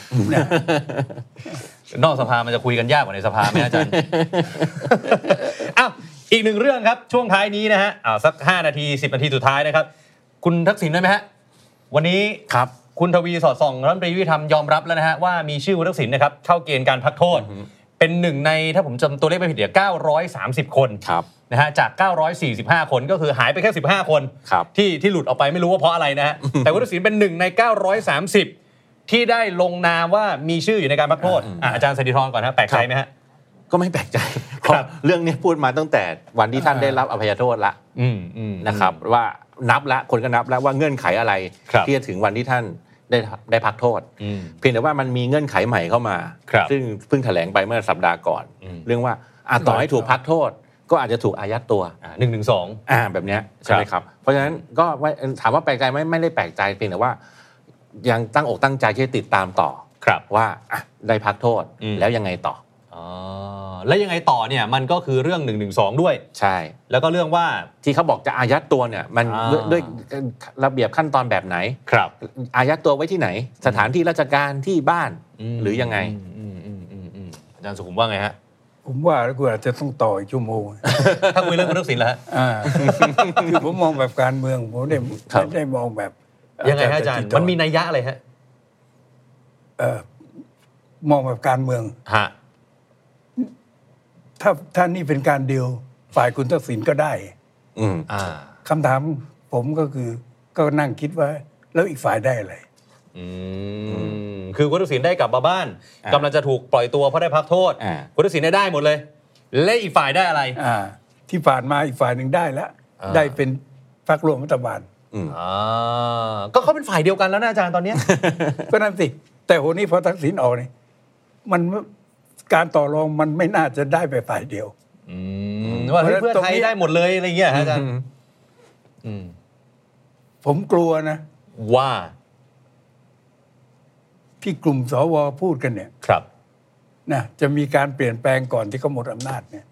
นอกสภามันจะคุยกันยากกว่าในสภาไหมอาจารย์อ้าวอีกหนึ่งเรื่องครับช่วงท้ายนี้นะฮะอ้าวสักห้านาทีสิบนาทีสุดท้ายนะครับคุณทักษิณได้ไหมฮะวันนี้ครับคุณทวีสอดส่องรัฐมนตรียุติธรรมยอมรับแล้วนะฮะว่ามีชื่อคุณทักษิณนะครับเข้าเกณฑ์การพักโทษเป็นหนึ่งในถ้าผมจำตัวเลขไม่ผิดเนี่ยเก้าร้อยสามสิบคนนะฮะจากเก้าร้อยสี่สิบห้าคนก็คือหายไปแค่สิบห้าคนที่ที่หลุดออกไปไม่รู้ว่าเพราะอะไรนะฮะแต่คุณทักษิณเป็นหนึ่งในเก้าร้อยสามสิบที่ได้ลงนามว่ามีชื่ออยู่ในการพักโทษอาจารย์สถิธรก่อนนะแปลกใจไหมฮะก็ไม่แปลกใจเพราะเรื่องนี้พูดมาตั้งแต่วันที่ท่านได้รับอภัยโทษละนะครับว่านับละคนก็นับแล้วว่าเงื่อนไขอะไรที่จะถึงวันที่ท่านได้ได้พักโทษเพียงแต่ว่ามันมีเงื่อนไขใหม่เข้ามาซึ่งเพิ่งแถลงไปเมื่อสัปดาห์ก่อนเรื่องว่าต่อให้ถูกพักโทษก็อาจจะถูกอายัดตัวหนึ่งหนึ่งสองอ่าแบบนี้ใช่ไหมครับเพราะฉะนั้นก็ถามว่าแปลกใจไหมไม่ได้แปลกใจเพียงแต่ว่ายังตั้งอกตั้งใจที่จะติดตามต่อว่าได้พักโทษแล้วยังไงต่ออ๋อแล้วยังไงต่อเนี่ยมันก็คือเรื่องหนึ่งหนึ่งสองด้วยใช่แล้วก็เรื่องว่าที่เขาบอกจะอายัดตัวเนี่ยมันด้วยระเบียบขั้นตอนแบบไหนครับอายัดตัวไว้ที่ไหนสถานที่ราชการที่บ้านหรือยังไงอาจารย์สุขุมว่าไงฮะผมว่ากูอาจจะต้องต่ออีกชั่วโมงถ้าคุยเรื่องคุณทักษิณแล้วฮะคือผมมองแบบการเมืองผมไม่ได้มองแบบยังไงฮะอาจารย์มันมีนัยยะอะไรฮะเอ่อมองแบบการเมืองฮะถ้าถ้านี่เป็นการดีลฝ่ายคุณทักษิณก็ได้อืมอ่าคำถามผมก็คือก็นั่งคิดว่าแล้วอีกฝ่ายได้อะไรอืมคือคุณทักษิณได้กลับมาบ้านกำลังจะถูกปล่อยตัวเพราะได้พักโทษคุณทักษิณได้ได้หมดเลยและอีกฝ่ายได้อะไรอ่าที่ผ่านมาอีกฝ่ายหนึ่งได้แล้วได้เป็นพรรคร่วมรัฐบาลอ่าก็เขาเป็นฝ่ายเดียวกันแล้วนะอาจารย์ตอนนี้ก็นั่นสิแต่โหนี่พอทักษิณออกนี่มันการต่อรองมันไม่น่าจะได้ไปฝ่ายเดียวว่าเพื่อไทยได้หมดเลยอะไรเงี้ยอาจารย์ผมกลัวนะว่าที่กลุ่มสวพูดกันเนี่ยครับนะจะมีการเปลี่ยนแปลงก่อนที่เขาหมดอำนาจเนี่ย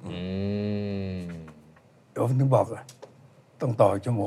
เดี๋ยวผมถึงบอกอะต้องต่อชั่วโมง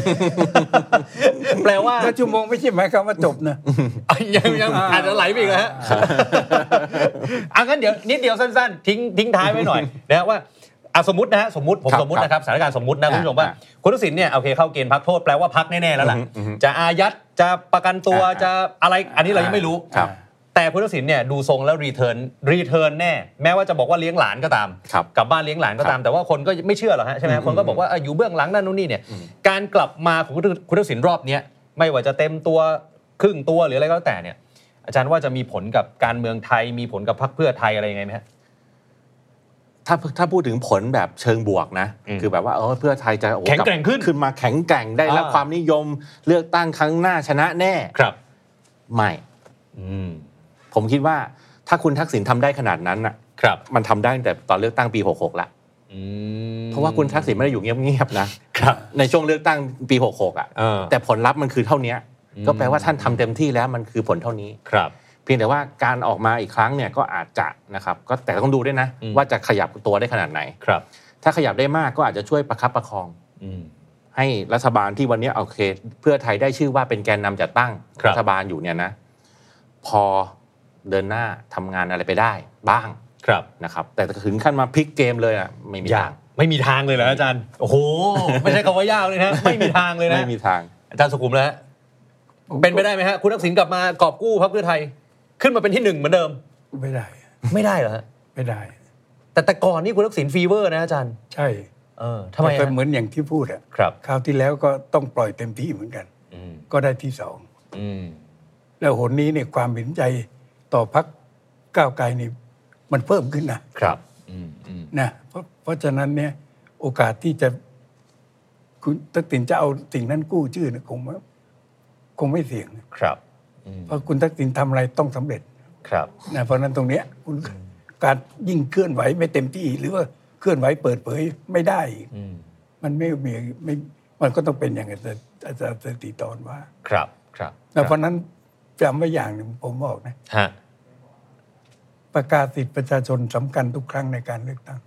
แปลว่าถ้าชั่วโมงไม่ใช่หมายความว่าจบนะยังยังอาจจะไหลไปอีกแล้วฮะอ่ะงั้นเดี๋ยวนิดเดียวสั้นๆทิ้งทิ้งท้ายไว้หน่อยนะว่าอ่ะสมมตินะฮะสมมติผมสมมตินะครับสถานการณ์สมมตินะคุณผู้ชมว่าคุณทักษิณเนี่ยโอเคเข้าเกณฑ์พักโทษแปลว่าพักแน่ๆแล้วล่ะจะอายัดจะประกันตัวจะอะไรอันนี้เรายังไม่รู้แต่คุณทักษิณเนี่ยดูทรงแล้วรีเทิร์นรีเทิร์นแน่แม้ว่าจะบอกว่าเลี้ยงหลานก็ตามกลับบ้านเลี้ยงหลานก็ตามแต่ว่าคนก็ไม่เชื่อหรอกฮะใช่ไหมคนก็บอกว่าอยู่เบื้องหลังนั่นนู่นนี่เนี่ยการกลับมาของคุณทักษิณรอบนี้ไม่ว่าจะเต็มตัวครึ่งตัวหรืออะไรก็แล้วแต่เนี่ยอาจารย์ว่าจะมีผลกับการเมืองไทยมีผลกับพรรคเพื่อไทยอะไรยังไงไหมฮะถ้าถ้าพูดถึงผลแบบเชิงบวกนะคือแบบว่าเออเพื่อไทยจะแข็งแกร่งขึ้นขึ้นมาแข็งแกร่งได้รับความนิยมเลือกตั้งครั้งหน้าชนะแน่ครับไม่ผมคิดว่าถ้าคุณทักษิณทำได้ขนาดนั้นน่ะมันทำได้ตั้งแต่ตอนเลือกตั้งปีหกสิบหกละเพราะว่าคุณทักษิณไม่ได้อยู่เงียบๆนะในช่วงเลือกตั้งปีหกสิบหกอ่ะแต่ผลลัพธ์มันคือเท่านี้ก็แปลว่าท่านทำเต็มที่แล้วมันคือผลเท่านี้เพียงแต่ว่าการออกมาอีกครั้งเนี่ยก็อาจจะนะครับก็แต่ต้องดูด้วยนะว่าจะขยับตัวได้ขนาดไหนถ้าขยับได้มากก็อาจจะช่วยประคับประคองให้รัฐบาลที่วันนี้โอเคเพื่อไทยได้ชื่อว่าเป็นแกนนำจัดตั้งรัฐบาลอยู่เนี่ยนะพอเดินหน้าทำงานอะไรไปได้บ้างนะครับแต่ถึงขั้นมาพลิกเกมเลยอ่ะไม่มีทางไม่มีทางเลยเหรออาจารย์โอ้โหไม่ใช่คำว่ายากเลยนะไม่มีทางเลยนะไม่มีทางอาจารย์สุขุมแล้วเป็นไปได้ไหมฮะคุณทักษิณกลับมากอบกู้พรรคเพื่อไทยขึ้นมาเป็นที่หนึ่งเหมือนเดิมไม่ได้ไม่ได้เหรอฮะไม่ได้แต่แต่ก่อนนี่คุณทักษิณฟีเวอร์นะอาจารย์ใช่เออทำไมเหมือนอย่างที่พูดอ่ะคราวที่แล้วก็ต้องปล่อยเต็มที่เหมือนกันก็ได้ที่สองแล้วหนนี้เนี่ยความเห็นใจต่อพรรคก้าวไกลนี่มันเพิ่มขึ้นนะครับนะเพราะเพราะฉะนั้นเนี่ยโอกาสที่จะคุณทักษิณจะเอาสิ่งนั้นกู้ชื่อเนี่ยคงคงไม่เสี่ยงครับเพราะคุณทักษิณทำอะไรต้องสำเร็จครับนะเพราะนั้นตรงเนี้ยคุณการยิ่งเคลื่อนไหวไม่เต็มที่หรือว่าเคลื่อนไหวเปิดเผยไม่ได้มันไม่มีไม่มันก็ต้องเป็นอย่างอาจารย์อาจารย์สติตอนว่าครับครับเพราะนั้นจำไว้อย่างหนึ่งผมบอกนะฮะประกาศสิทธิประชาชนสำคัญทุกครั้งในการเลือกตั้ง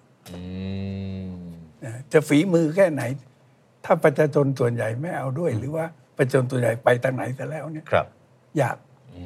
จะฝีมือแค่ไหนถ้าประชาชนส่วนใหญ่ไม่เอาด้วยหรือว่าประชาชนส่วนใหญ่ไปทางไหนแต่แล้วเนี่ยยาก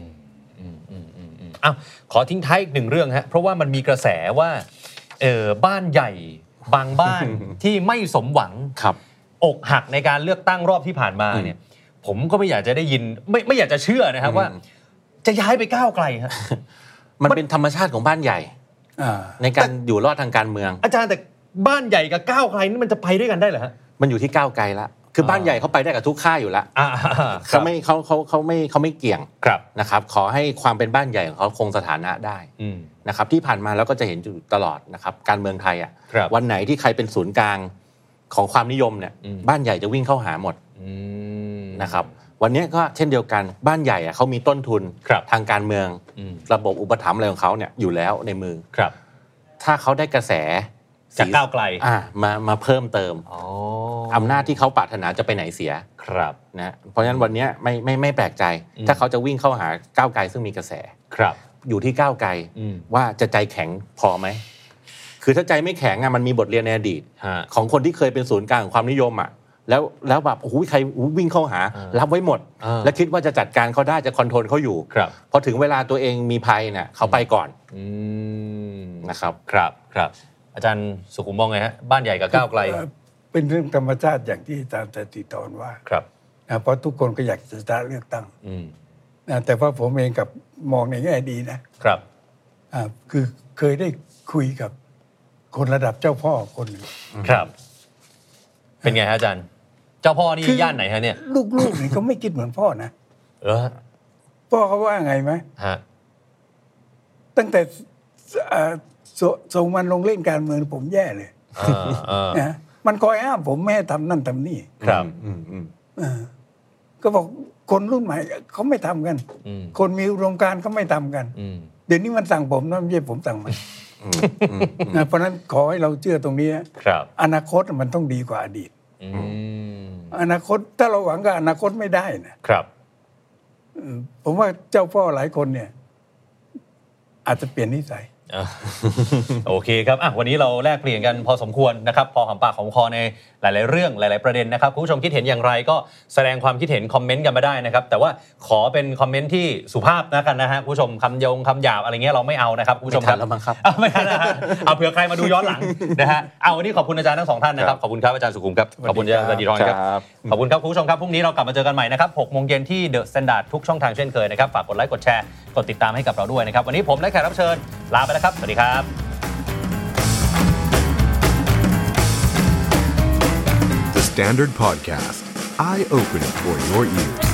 อ้าวขอทิ้งท้ายอีกหนึ่งเรื่องฮะเพราะว่ามันมีกระแสว่าเออบ้านใหญ่บางบ้านที่ไม่สมหวังอกหักในการเลือกตั้งรอบที่ผ่านมาเนี่ยผมก็ไม่อยากจะได้ยินไม่ไม่อยากจะเชื่อนะครับว่าจะย้ายไปก้าวไกลฮะมันเป็นธรรมชาติของบ้านใหญ่ในการอยู่รอดทางการเมืองอาจารย์แต่บ้านใหญ่กับก้าวไกลนี่มันจะไปด้วยกันได้เหรอฮะมันอยู่ที่ก้าวไกลละคือบ้านใหญ่เขาไปได้กับทุกค่ายอยู่แล้วเขาไม่เขาเขาเขาไม่เขาไม่เกี่ยงนะครับขอให้ความเป็นบ้านใหญ่ของเขาคงสถานะได้นะครับที่ผ่านมาแล้วก็จะเห็นอยู่ตลอดนะครับการเมืองไทยอ่ะวันไหนที่ใครเป็นศูนย์กลางของความนิยมเนี่ยบ้านใหญ่จะวิ่งเข้าหาหมดนะครับวันนี้ก็เช่นเดียวกันบ้านใหญ่อ่ะเขามีต้นทุนทางการเมืองระบบอุปถัมภ์อะไรของเขาเนี่ยอยู่แล้วในมือถ้าเขาได้กระแสจากก้าวไกลอ่ามามาเพิ่มเติมอำนาจที่เขาปรารถนาจะไปไหนเสียครับนะเพราะฉะนั้นวันนี้ไม่ไม่ไม่แปลกใจถ้าเขาจะวิ่งเข้าหาก้าวไกลซึ่งมีกระแสครับอยู่ที่ก้าวไกลว่าจะใจแข็งพอไหมคือถ้าใจไม่แข็งอ่ะมันมีบทเรียนในอดีตของคนที่เคยเป็นศูนย์กลางของความนิยมอ่ะแล้วแล้วแบบโอ้โหใครวิ่งเข้าหารับไว้หมดแล้วคิดว่าจะจัดการเขาได้จะคอนโทรลเขาอยู่พอถึงเวลาตัวเองมีภัยเนี่ยเขาไปก่อนนะครับครับครับอาจารย์สุขุมมองไงฮะบ้านใหญ่กับก้าวไกลเป็นเรื่องธรรมชาติอย่างที่อาจารย์สติตอนว่าครับนะเพราะทุกคนก็อยากจะได้เลือกตั้งนะแต่ว่าผมเองกับมองในแง่ดีนะครับอ่าคือเคยได้คุยกับคนระดับเจ้าพ่อคนหนึ่งครับเป็นไงฮะอาจารย์เจ้าพ่อนี่ย่านไหนฮะเนี่ยลูกๆนี่เขาไม่คิดเหมือนพ่อนะเออพ่อเขาว่าไงไหมฮะตั้งแต่ส่งมันลงเล่นการเมืองผมแย่เลยนะมันคอยห้ามผมไม่ให้ทำนั่นทำนี่ครับก็บอกคนรุ่นใหม่เขาไม่ทำกันคนมีอุดมการณ์เขาไม่ทำกันเดี๋ยวนี้มันสั่งผมนะไม่ใช่ผมสั่งมันเพราะนั้นขอให้เราเชื่อตรงนี้อนาคตมันต้องดีกว่าอดีตอนาคตถ้าเราหวังกับอนาคตไม่ได้นะครับผมว่าเจ้าพ่อหลายคนเนี่ยอาจจะเปลี่ยนนิสัยโอเคครับอ่ะวันนี้เราแลกเปลี่ยนกันพอสมควรนะครับพอหอมปากหอมคอในหลายๆเรื่องหลายๆประเด็นนะครับคุณผู้ชมคิดเห็นอย่างไรก็แสดงความคิดเห็นคอมเมนต์กันมาได้นะครับแต่ว่าขอเป็นคอมเมนต์ที่สุภาพนะกันนะฮะคุณผู้ชมคำยงคำหยาบอะไรเงี้ยเราไม่เอานะครับคุณผู้ชมครับไม่ทันแล้วมั้งครับไม่ทันนะฮะเอาเผื่อใครมาดูย้อนหลังนะฮะเอาวันนี้ขอบคุณอาจารย์ทั้งสองท่านนะครับขอบคุณครับอาจารย์สุขุมครับขอบคุณอาจารย์ดีรอนครับขอบคุณครับคุณผู้ชมครับพรุ่งนี้เรากลับมาเจอกันใหม่นะครับหกโมงเย็นที่ The Standard ทุกช่องทางเช่นเคยนะครับฝากกดไลค์กดแชร์กดติดตามให้กับเราด้วยนะครับวันนี้ผมและแขกรับเชิญลาไปแล้วครับสวัสดีครับ The Standard Podcast Eye Opening for Your Ears